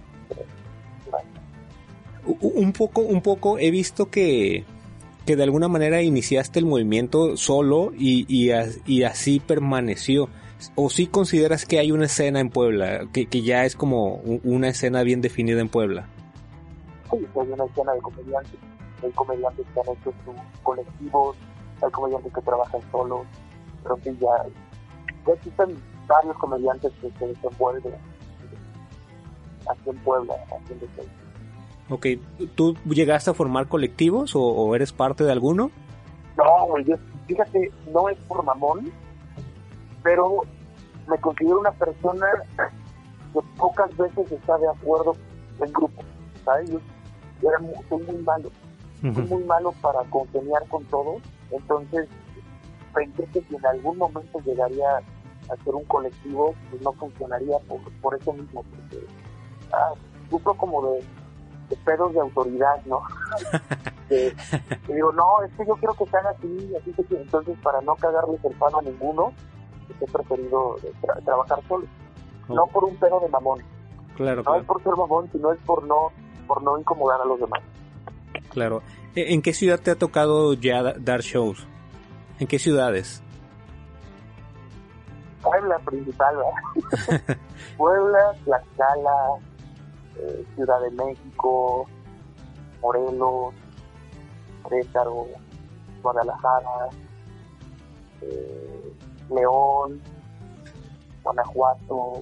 Un poco, un poco he visto que, que de alguna manera iniciaste el movimiento solo y, y, y así permaneció. ¿O sí consideras que hay una escena en Puebla, que, que ya es como una escena bien definida en Puebla? Sí, hay una escena de comediantes. Hay comediantes que han hecho sus colectivos, hay comediantes que trabajan solos, pero sí ya, ya existen varios comediantes que se desenvuelven aquí en Puebla, aquí en Puebla. Ok, ¿tú llegaste a formar colectivos o, o eres parte de alguno? No, yo, fíjate, no es por mamón, pero me considero una persona que pocas veces está de acuerdo en grupo, ¿sabes? Yo, yo era muy, soy muy malo, uh-huh. soy muy malo para congeniar con todos, entonces pensé que si en algún momento llegaría a ser un colectivo, pues no funcionaría por, por eso mismo, porque ah, sufro como de de pedos de autoridad, ¿no? que, que digo, no, es que yo quiero que sean así, así que entonces para no cagarles el palo a ninguno, he preferido tra- trabajar solo. Oh. No por un pedo de mamón. Claro, no claro. es por ser mamón, sino es por no, por no incomodar a los demás. Claro. ¿En qué ciudad te ha tocado ya dar shows? ¿En qué ciudades? Puebla principal, ¿verdad? Puebla, Tlaxcala, Eh, Ciudad de México, Morelos, Querétaro, Guadalajara, eh, León, Guanajuato,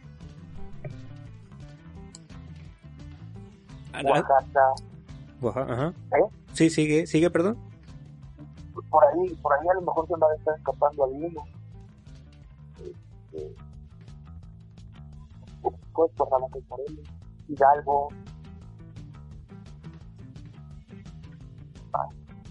Oaxaca. Oaxaca, ajá. ¿Eh? Sí, sigue, sigue, perdón. Por ahí, por ahí a lo mejor se me va a estar escapando alguno. Este, pues por la que Morelos, Hidalgo, ah,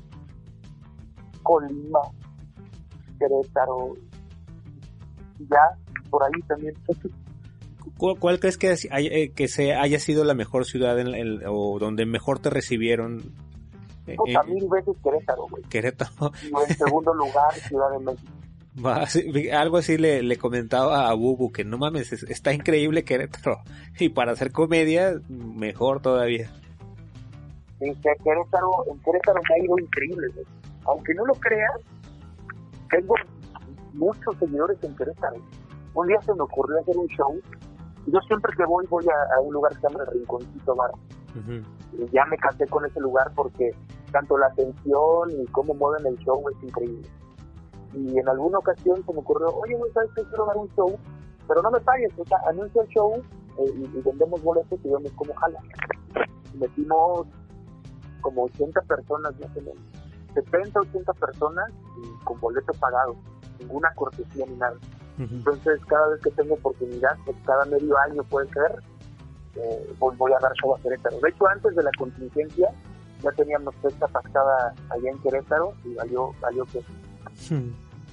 Colima, Querétaro, ya por ahí también. ¿Cuál, cuál crees que, hay, eh, que se haya sido la mejor ciudad en el, o donde mejor te recibieron? Pues a mil veces Querétaro, güey. Querétaro. Y en segundo lugar, Ciudad de México. Va, sí, algo así le, le comentaba a Bubu, que no mames, es, está increíble Querétaro. Y para hacer comedia, mejor todavía. En Querétaro, en Querétaro me ha ido increíble, güey. Aunque no lo creas, tengo muchos seguidores en Querétaro. Un día se me ocurrió hacer un show. Yo siempre que voy, voy a, a un lugar que se llama el Rinconcito Bar. Uh-huh. Y ya me casé con ese lugar porque tanto la atención y cómo mueven el show es increíble. Y en alguna ocasión se me ocurrió, oye, güey, ¿sabes qué? Quiero dar un show, pero no me pagues, o sea, anuncia el show eh, y, y vendemos boletos y vemos cómo jala. Y metimos como ochenta personas, más o menos. setenta, ochenta personas y con boletos pagados, ninguna cortesía ni nada. Uh-huh. Entonces, cada vez que tengo oportunidad, pues cada medio año puede ser, eh, voy, voy a dar show a Querétaro. De hecho, antes de la contingencia, ya teníamos fecha pactada allá en Querétaro y valió, valió que... Hmm.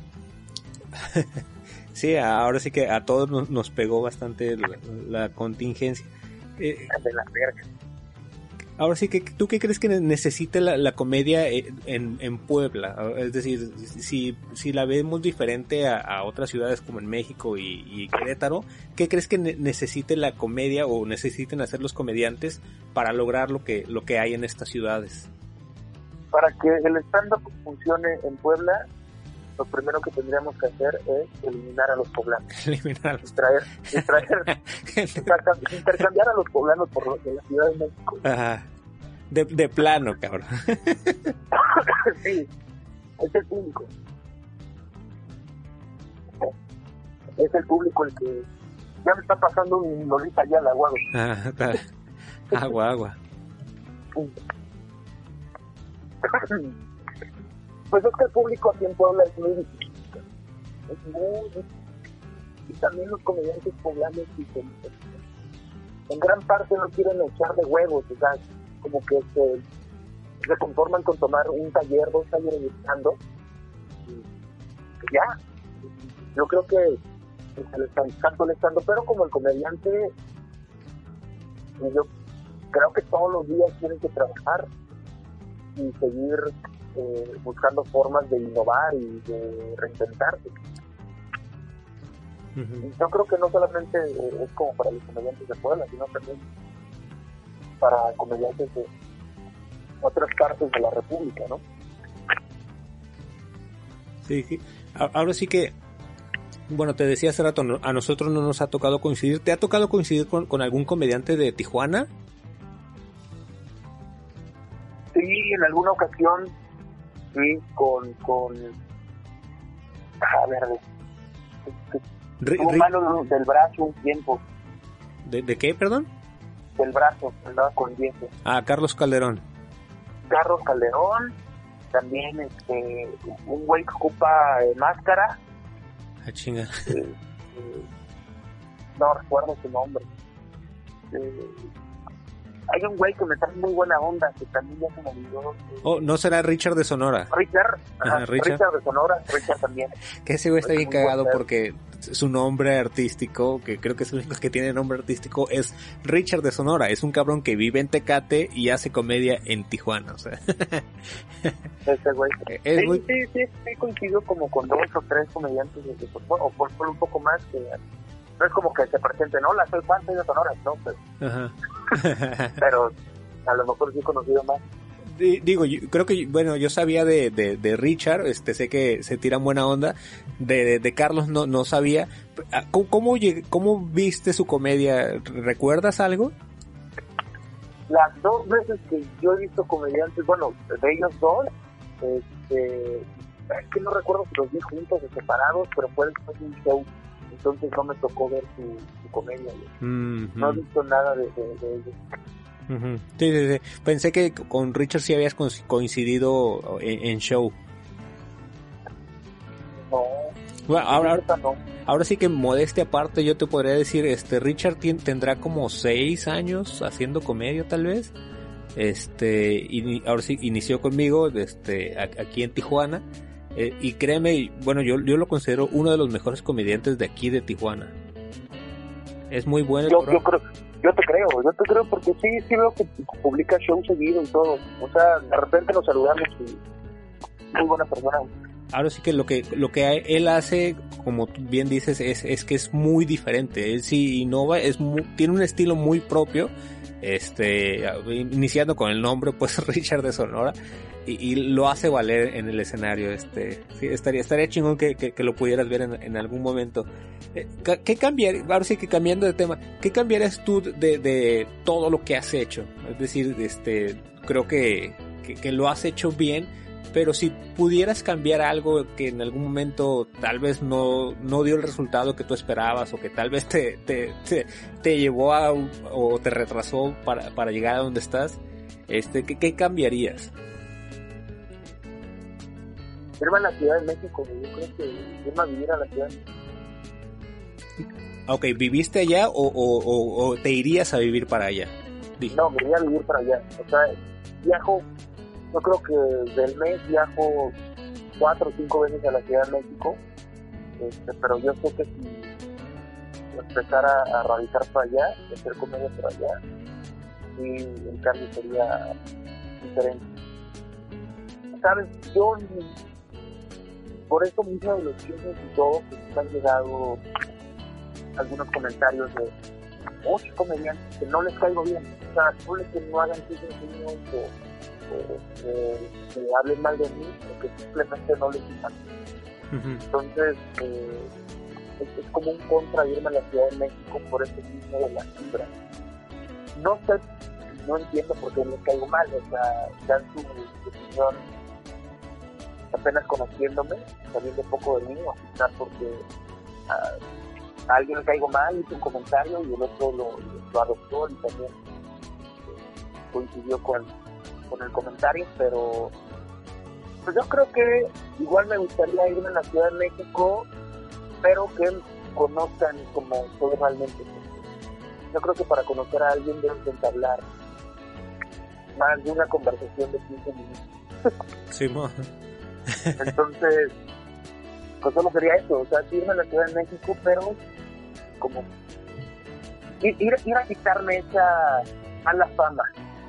Sí, ahora sí que a todos nos, nos pegó bastante la, la contingencia. Eh, de la verga. Ahora sí que, ¿tú qué crees que necesite la, la comedia en, en Puebla? Es decir, si, si la vemos diferente a, a otras ciudades como en México y, y Querétaro, ¿qué crees que ne- necesite la comedia o necesiten hacer los comediantes para lograr lo que, lo que hay en estas ciudades? Para que el stand-up funcione en Puebla, lo primero que tendríamos que hacer es eliminar a los poblanos. Eliminar a los distraer, distraer, intercambiar a los poblanos por los de la Ciudad de México. Ajá. De, de plano, cabrón. Sí, es el público. Es el público el que ya me está pasando un Lolita ya la agua. Ah, agua, agua. Pues es que el público aquí en Puebla es muy difícil. Es muy difícil. Y también los comediantes poblanos dicen, en gran parte no quieren echar de huevos, o sea, como que se, se conforman con tomar un taller, dos talleres de stand-up, y ya. Yo creo que se le están tanto stand-up, pero como el comediante, yo creo que todos los días tienen que trabajar y seguir eh, buscando formas de innovar y de reinventarse. Uh-huh. Yo creo que no solamente eh, es como para los comediantes de Puebla, sino también para comediantes de otras partes de la República, ¿no? Sí, sí. Ahora sí que, bueno, te decía hace rato, a nosotros no nos ha tocado coincidir. ¿Te ha tocado coincidir con, con algún comediante de Tijuana? Sí, en alguna ocasión, sí, con, con, a ver, Re, tuvo re... malo del brazo un tiempo. ¿De, de qué, perdón? Del brazo, andaba con dientes. Ah, Carlos Calderón. Carlos Calderón, también este, un güey que ocupa eh, máscara. Ah, chinga. Eh, eh, no recuerdo su nombre. Eh, hay un güey que me trae muy buena onda, que también ya se me olvidó. Eh. Oh, ¿no será Richard de Sonora? Richard, ajá, ajá, Richard. Richard de Sonora, Richard también. Que ese güey está bien cagado porque su nombre artístico, que creo que es el único que tiene nombre artístico, es Richard de Sonora. Es un cabrón que vive en Tecate y hace comedia en Tijuana, o sea. Ese güey. Es sí, muy... sí, sí, sí, coincido como con dos o tres comediantes, de, o por, por un poco más, que no es como que se presenten, hola, soy Juan, soy de Sonora, no, pues. Ajá. Pero a lo mejor sí he conocido más. Digo, yo creo que, bueno, yo sabía de, de, de Richard, este, sé que se tiran buena onda, de, de, de Carlos no, no sabía. ¿Cómo, cómo, ¿Cómo viste su comedia? ¿Recuerdas algo? las dos veces que yo he visto comediantes, bueno, de ellos dos, este, es que no recuerdo si los vi juntos o separados, pero fue después de un show, entonces no me tocó ver su, su comedia. Mm-hmm. No he visto nada de, de, de ellos. Uh-huh. Sí, sí, sí. Pensé que con Richard sí habías coincidido en, en show. No. Bueno, ahora, no. ahora sí que modestia aparte, yo te podría decir, este Richard t- tendrá como seis años haciendo comedia tal vez. Este, y ahora sí inició conmigo, este, aquí en Tijuana. Eh, y créeme, bueno, yo, yo lo considero uno de los mejores comediantes de aquí de Tijuana. Es muy bueno. Yo, yo creo, yo te creo, yo te creo porque sí, sí veo que publica shows seguido y todo. O sea, de repente nos saludamos y muy buena persona. Ahora sí que lo que lo que él hace, como tú bien dices, es es que es muy diferente. Él sí innova, es muy, tiene un estilo muy propio. Este, iniciando con el nombre, pues Richard de Sonora, y, y lo hace valer en el escenario. Este, sí, estaría estaría chingón que, que, que lo pudieras ver en, en algún momento. ¿Qué cambiar? Ahora sí que cambiando de tema, ¿qué cambiarías tú de, de todo lo que has hecho? Es decir, este, creo que, que, que lo has hecho bien, pero si pudieras cambiar algo que en algún momento tal vez no, no dio el resultado que tú esperabas, o que tal vez te, te, te, te llevó a, o te retrasó para, para llegar a donde estás, este, ¿qué, qué cambiarías? Irme a la Ciudad de México, yo creo que irme a vivir a la Ciudad de México. Ok, ¿viviste allá o, o, o, o te irías a vivir para allá? Dije. No, me iría a vivir para allá. O sea, viajo, yo creo que del mes viajo cuatro o cinco veces a la Ciudad de México, este, pero yo sé que si empezara a radicar para allá, hacer comedia para allá, y el cambio sería diferente. ¿Sabes? Yo, por eso mismo de los chismes y todo, pues me han llegado algunos comentarios de muchos comediantes que no les caigo bien. O sea, no les que no hagan chismes míos o, o, o que hablen mal de mí, o que simplemente no les gustan. Uh-huh. Entonces, eh, es, es como un contra irme a la Ciudad de México por ese mismo de la fibra. No sé, no entiendo por qué les caigo mal. O sea, dan su decisión apenas conociéndome, sabiendo poco de mí, o quizás porque uh, a alguien le caigo mal, hizo un comentario y el otro lo, lo adoptó y también eh, coincidió con, con el comentario, pero pues yo creo que igual me gustaría irme a la Ciudad de México, pero que conozcan como soy realmente. Yo creo que para conocer a alguien deben de entablar más de una conversación de quince minutos. Sí, mo. Entonces, pues solo sería eso, o sea, irme a la Ciudad de México, pero como ir, ir, ir a quitarme esa mala fama.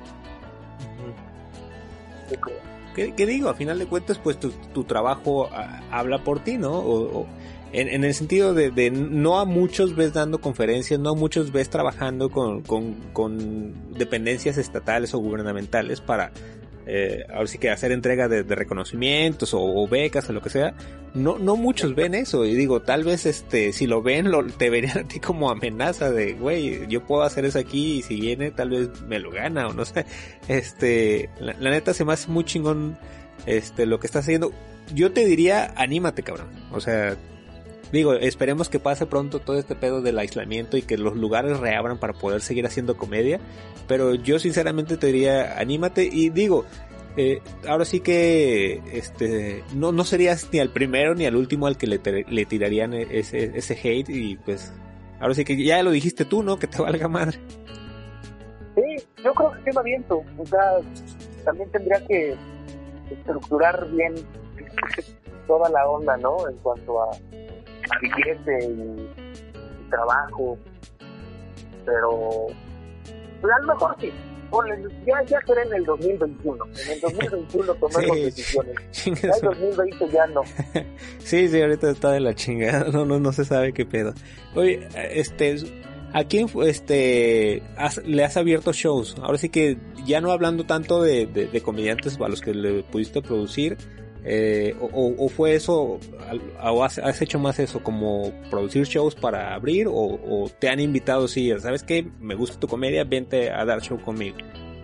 Uh-huh. ¿Qué, ¿Qué digo? A final de cuentas, pues tu, tu trabajo a, habla por ti, ¿no? O, o en, en el sentido de, de no a muchos ves dando conferencias, no a muchos ves trabajando con, con, con dependencias estatales o gubernamentales para Eh, ahora sí que hacer entrega de, de reconocimientos o, o becas o lo que sea. No no muchos ven eso, y digo, tal vez este si lo ven lo, te verían a ti como amenaza de, güey, yo puedo hacer eso aquí y si viene tal vez me lo gana, o no sé. Este, la, la neta se me hace muy chingón este lo que estás haciendo. Yo te diría, anímate, cabrón. O sea, digo, esperemos que pase pronto todo este pedo del aislamiento y que los lugares reabran para poder seguir haciendo comedia, pero yo sinceramente te diría, anímate. Y digo, eh, ahora sí que este no no serías ni al primero ni al último al que le, le tirarían ese, ese hate, y pues ahora sí que ya lo dijiste tú, ¿no? Que te valga madre. Sí, yo creo que sí me aviento. O sea, también tendría que estructurar bien toda la onda, ¿no? En cuanto a a billete y, y trabajo, pero pues a lo mejor sí, ponle, ya, ya será en el dos mil veintiuno, en el dos mil veintiuno tomemos sí, decisiones, ya en dos mil veinte ya no. Sí, sí, ahorita está de la chingada, no, no, no se sabe qué pedo. Oye, este, ¿a quién este has, le has abierto shows? Ahora sí que ya no hablando tanto de, de, de comediantes a los que le pudiste producir, Eh, o, o fue eso, o has, has hecho más eso, como producir shows para abrir, o, o te han invitado, sí, ¿sabes qué? Me gusta tu comedia, vente a dar show conmigo.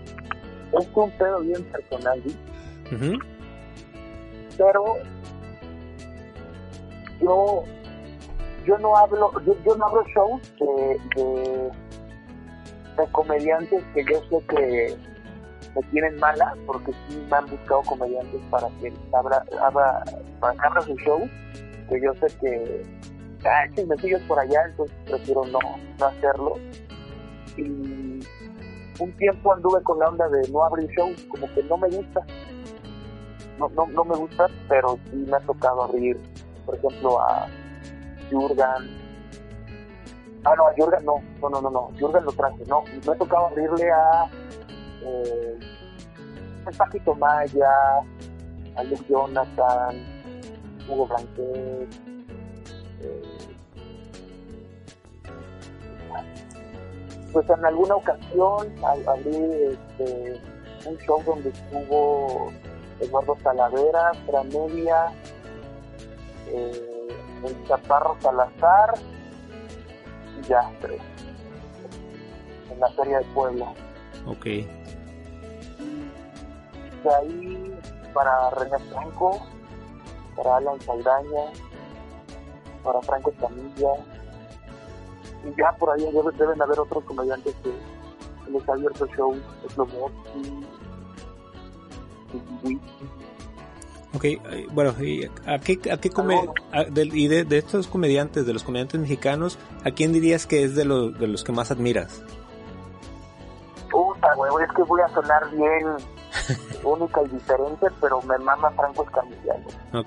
es un pedo bien personal, ¿sí? Uh-huh. Pero yo yo no hablo yo, yo no abro shows de, de de comediantes que yo sé que me tienen mala, porque sí me han buscado comediantes para que abra, abra para que abra su show, que yo sé que ah, si me sigues por allá, entonces prefiero no, no hacerlo. Y un tiempo anduve con la onda de no abrir shows, como que no me gusta no, no, no me gusta, pero sí me ha tocado abrir, por ejemplo, a Jurgen. Ah, no, a Jurgen no, no, no, no, no, Jurgen lo traje, no, me ha tocado abrirle a eh, el Paquito Maya, a Luke Jonathan, Hugo Blanquet, eh, pues en alguna ocasión al abrir este, un show donde estuvo Eduardo Talavera, Framelia, eh, el Chaparro Salazar, y ya, tres, en la Feria de Puebla. Ok. De ahí para René Franco, para Alan Saldaña, para Franco Escamilla, y ya por ahí deben, deben haber otros comediantes que, que les ha abierto shows, Slobodsky, Ok, bueno, ¿y a qué, a qué come, a, de, y de, de estos comediantes, de los comediantes mexicanos, ¿a quién dirías que es de los, de los que más admiras? Puta, güey, es que voy a sonar bien única y diferente, pero me mama Franco Escamilla, güey. Ok.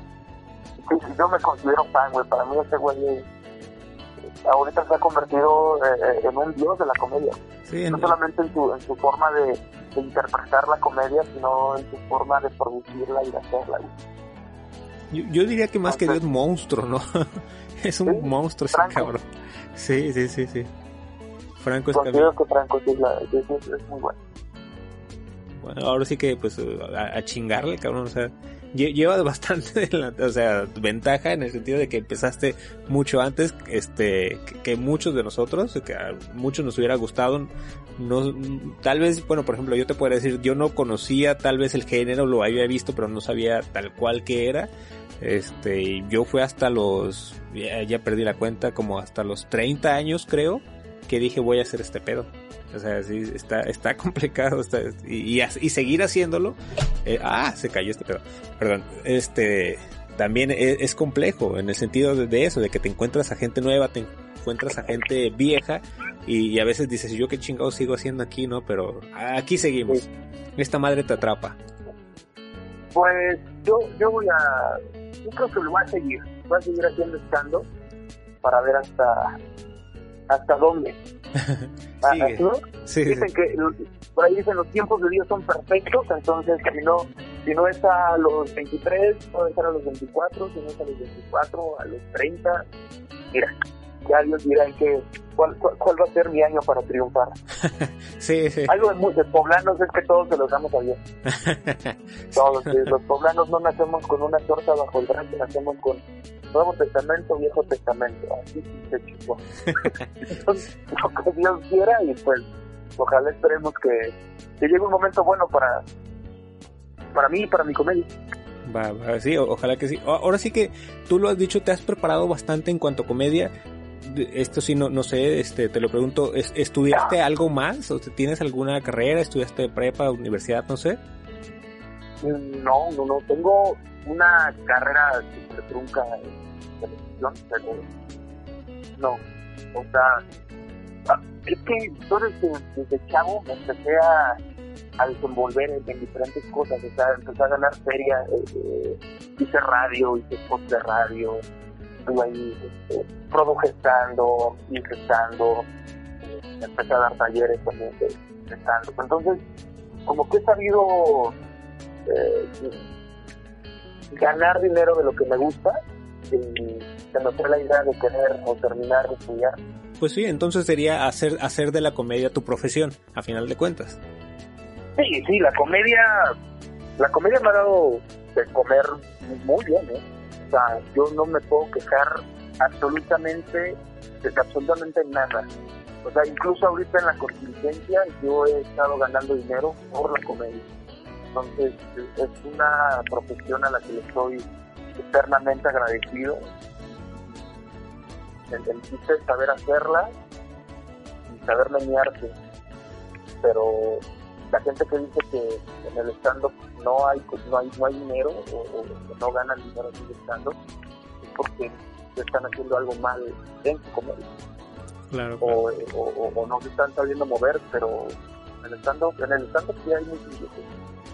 Sí, yo me considero fan, güey, para mí ese güey eh, ahorita se ha convertido eh, en un dios de la comedia. Sí, no en... solamente en su, en su forma de, de interpretar la comedia, sino en su forma de producirla y de hacerla. Yo, yo diría que más Entonces, que dios, monstruo, ¿no? Es un ¿sí? monstruo ese Franco. Cabrón. Sí, sí, sí, sí. Franco es Considero que Franco sí es, la, es, es, es muy bueno. Bueno, ahora sí que pues a, a chingarle, cabrón, o sea, lleva bastante, o sea, ventaja en el sentido de que empezaste mucho antes, este, que, que muchos de nosotros, que a muchos nos hubiera gustado, no, tal vez, bueno, por ejemplo, yo te podría decir, yo no conocía tal vez el género, lo había visto, pero no sabía tal cual que era, este, yo fui hasta los, ya, ya perdí la cuenta, como hasta los treinta años creo, que dije voy a hacer este pedo. O sea, sí, está, está complicado, está, y, y, y seguir haciéndolo, eh, ah, se cayó este pedo, perdón, este, también es, es complejo, en el sentido de, de eso, de que te encuentras a gente nueva, te encuentras a gente vieja, y, y a veces dices, yo qué chingados sigo haciendo aquí, ¿no? Pero aquí seguimos, esta madre te atrapa. Pues, yo, yo voy a, yo creo que lo voy a seguir, voy a seguir haciendo stand-up, para ver hasta, hasta dónde. Sigue. ¿No? Sí, dicen sí. que por ahí dicen los tiempos de Dios son perfectos, entonces si no si no es a los veintitrés, puede ser a los veinticuatro, si no es a los veinticuatro, a los treinta, mira, ya Dios dirá en qué, cuál, cuál, cuál va a ser mi año para triunfar. Sí, sí. Algo de, de poblanos es que todos se los damos a Dios. Todos, sí. Los poblanos no nacemos con una torta bajo el brazo, nacemos con Nuevo Testamento, Viejo Testamento, así se chupó. Entonces, lo que Dios quiera, y pues ojalá esperemos que, que llegue un momento bueno para para mí y para mi comedia. Va, va, sí, o, ojalá que sí. Ahora sí que tú lo has dicho, te has preparado bastante en cuanto a comedia. Esto sí, no, no sé, este, te lo pregunto, ¿estudiaste algo más? ¿O tienes alguna carrera? ¿Estudiaste prepa, universidad, no sé? No, no, no, tengo una carrera super trunca en televisión, pero no, o sea, es que yo desde, desde chavo me empecé a, a desenvolver en, en diferentes cosas, o sea, empecé a ganar feria, eh, hice radio, hice post de radio, estuve ahí, este, produje estando, hice estando, eh, empecé a dar talleres también de, de stand-up, entonces, como que he sabido eh, ganar dinero de lo que me gusta, y se me fue la idea de querer o terminar de estudiar. Pues sí, entonces sería hacer hacer de la comedia tu profesión, a final de cuentas. Sí, sí, la comedia, la comedia me ha dado de comer muy bien, ¿eh? O sea, yo no me puedo quejar absolutamente, de absolutamente nada. O sea, incluso ahorita en la contingencia yo he estado ganando dinero por la comedia. Entonces es una profesión a la que le estoy eternamente agradecido. El, el chiste es saber hacerla y saber menearse. Pero la gente que dice que en el stand-up no hay, no hay, no hay dinero o, o que no ganan dinero en el stand-up es porque están haciendo algo mal en su comedia. Claro, claro. O, o, o no se están sabiendo mover, pero en el stand-up, en el stand-up sí hay muchos billetes.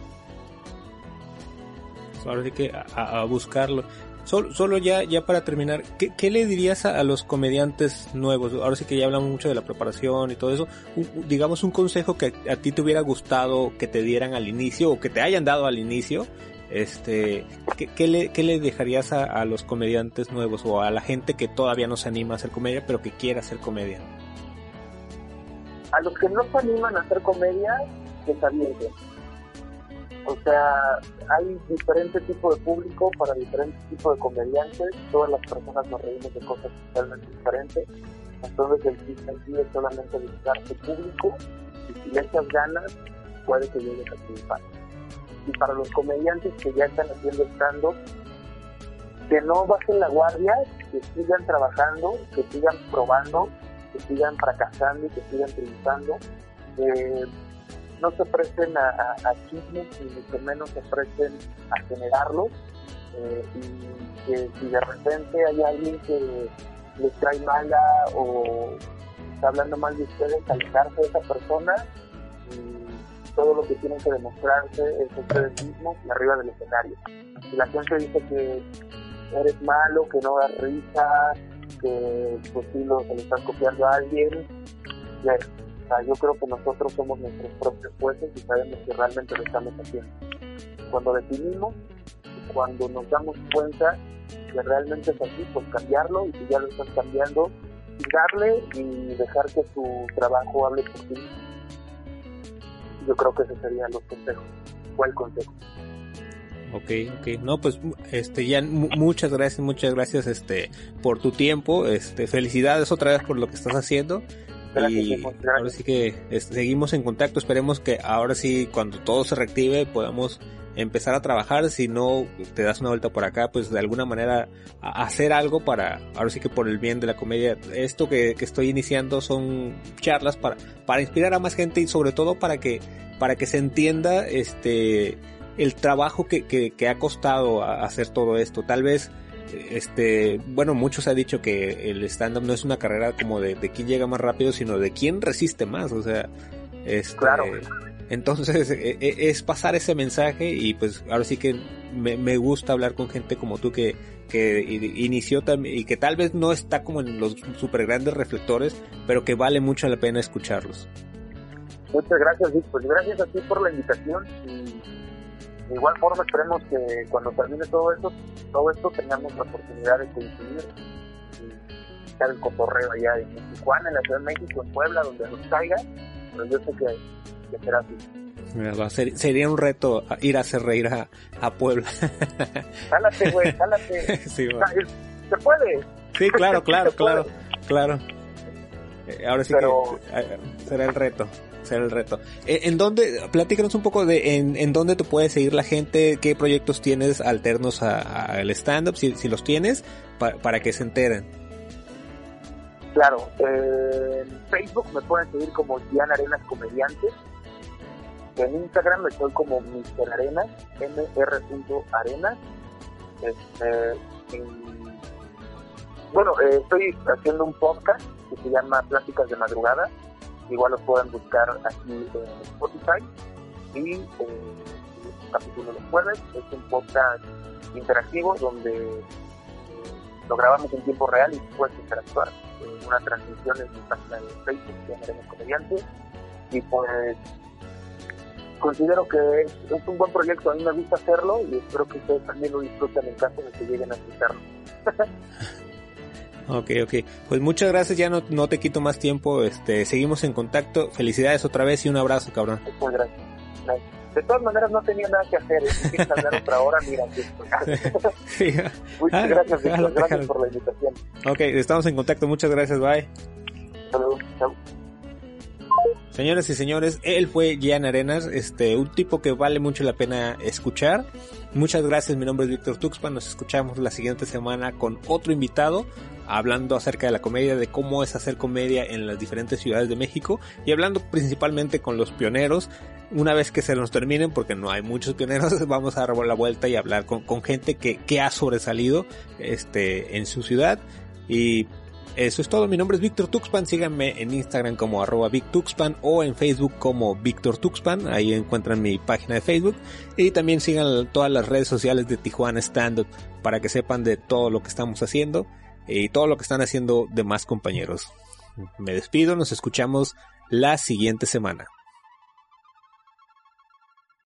Ahora sí que a, a buscarlo. Solo, solo ya, ya para terminar, ¿qué, qué le dirías a, a los comediantes nuevos? Ahora sí que ya hablamos mucho de la preparación y todo eso. Un, digamos un consejo que a ti te hubiera gustado que te dieran al inicio o que te hayan dado al inicio. Este, ¿qué, qué le, qué le dejarías a, a los comediantes nuevos o a la gente que todavía no se anima a hacer comedia pero que quiere hacer comedia? A los que no se animan a hacer comedia, que se avienten. O sea, hay diferentes tipos de público para diferentes tipos de comediantes. Todas las personas nos reímos de cosas totalmente diferentes. Entonces el chiste aquí es solamente buscar tu público y si le echas ganas, puede que llegues a triunfar. Y para los comediantes que ya están haciendo stand-up, que no bajen la guardia, que sigan trabajando, que sigan probando, que sigan fracasando y que sigan triunfando. Eh, no se presten a, a, a chismes, ni mucho menos se presten a generarlos. Eh, y que si de repente hay alguien que les trae mala o está hablando mal de ustedes, alejarse de esa persona. Y todo lo que tienen que demostrarse es ustedes mismos y arriba del escenario. Si la gente dice que eres malo, que no das risa, que pues sí lo, se le están copiando a alguien, ya, o sea, yo creo que nosotros somos nuestros propios jueces y sabemos que realmente lo estamos haciendo. Cuando definimos, cuando nos damos cuenta que realmente es así, pues cambiarlo, y si ya lo están cambiando, darle y dejar que su trabajo hable por ti. Yo creo que esos serían los consejos. ¿Cuál consejo? Okay, okay. No, pues este ya m- muchas gracias, muchas gracias este por tu tiempo. Este, felicidades otra vez por lo que estás haciendo. Gracias, y gracias. Ahora sí que este, seguimos en contacto. Esperemos que ahora sí, cuando todo se reactive, podamos empezar a trabajar. Si no te das una vuelta por acá, pues de alguna manera a hacer algo para, ahora sí que por el bien de la comedia. Esto que, que estoy iniciando son charlas para, para inspirar a más gente y sobre todo para que, para que se entienda este el trabajo que, que, que ha costado hacer todo esto. Tal vez, este, bueno, muchos han dicho que el stand-up no es una carrera como de, de quién llega más rápido, sino de quién resiste más. O sea, este, claro. Entonces es pasar ese mensaje y pues ahora sí que me, me gusta hablar con gente como tú que, que inició también y que tal vez no está como en los super grandes reflectores, pero que vale mucho la pena escucharlos. Muchas gracias, Vic. Pues gracias a ti por la invitación y de igual forma esperemos que cuando termine todo esto, todo esto tengamos la oportunidad de coincidir y estar el cotorreo allá en Tijuana, en la Ciudad de México, en Puebla, donde nos caiga, pero yo sé que, que será así. Ser, sería un reto ir a hacer reír a, a Puebla. Jálate, güey, jálate. Sí, o sea, ¿se puede? Sí, claro, claro, claro, claro. Ahora sí pero... que será el reto. Será el reto. ¿En dónde, platícanos un poco de en, en dónde te puede seguir la gente, qué proyectos tienes alternos al stand-up, si, si los tienes, pa, para que se enteren? Claro, eh, en Facebook me pueden seguir como Gian Arenas Comediante. En Instagram estoy como mister Arenas, eme erre Arenas. Este, en, bueno, eh, estoy haciendo un podcast que se llama Pláticas de Madrugada. Igual lo pueden buscar aquí en Spotify. Y eh, el capítulo de los jueves es un podcast interactivo donde eh, lo grabamos en tiempo real y puedes interactuar. Eh, una transmisión en mi página de Facebook, Gian Arenas Comediante. Y pues considero que es, es un buen proyecto, a mí me gusta hacerlo y espero que ustedes también lo disfruten en caso de que lleguen a escucharlo. Ok, ok. Pues muchas gracias, ya no, no te quito más tiempo, este, seguimos en contacto, felicidades otra vez y un abrazo, cabrón. Muchas gracias. De todas maneras no tenía nada que hacer, si quieres hablar otra hora, mira, aquí estoy. Sí. Muchas ah, gracias, Víctor, gracias por la invitación. Ok, estamos en contacto, muchas gracias, bye. Saludos, chao. Señoras y señores, él fue Gian Arenas, este, un tipo que vale mucho la pena escuchar. Muchas gracias, mi nombre es Víctor Tuxpan, nos escuchamos la siguiente semana con otro invitado, hablando acerca de la comedia, de cómo es hacer comedia en las diferentes ciudades de México, y hablando principalmente con los pioneros. Una vez que se nos terminen, porque no hay muchos pioneros, vamos a dar la vuelta y hablar con, con gente que, que ha sobresalido este, en su ciudad. Y eso es todo. Mi nombre es Víctor Tuxpan. Síganme en Instagram como arroba VicTuxpan o en Facebook como Víctor Tuxpan. Ahí encuentran mi página de Facebook. Y también sigan todas las redes sociales de Tijuana Stand Up para que sepan de todo lo que estamos haciendo y todo lo que están haciendo demás compañeros. Me despido. Nos escuchamos la siguiente semana.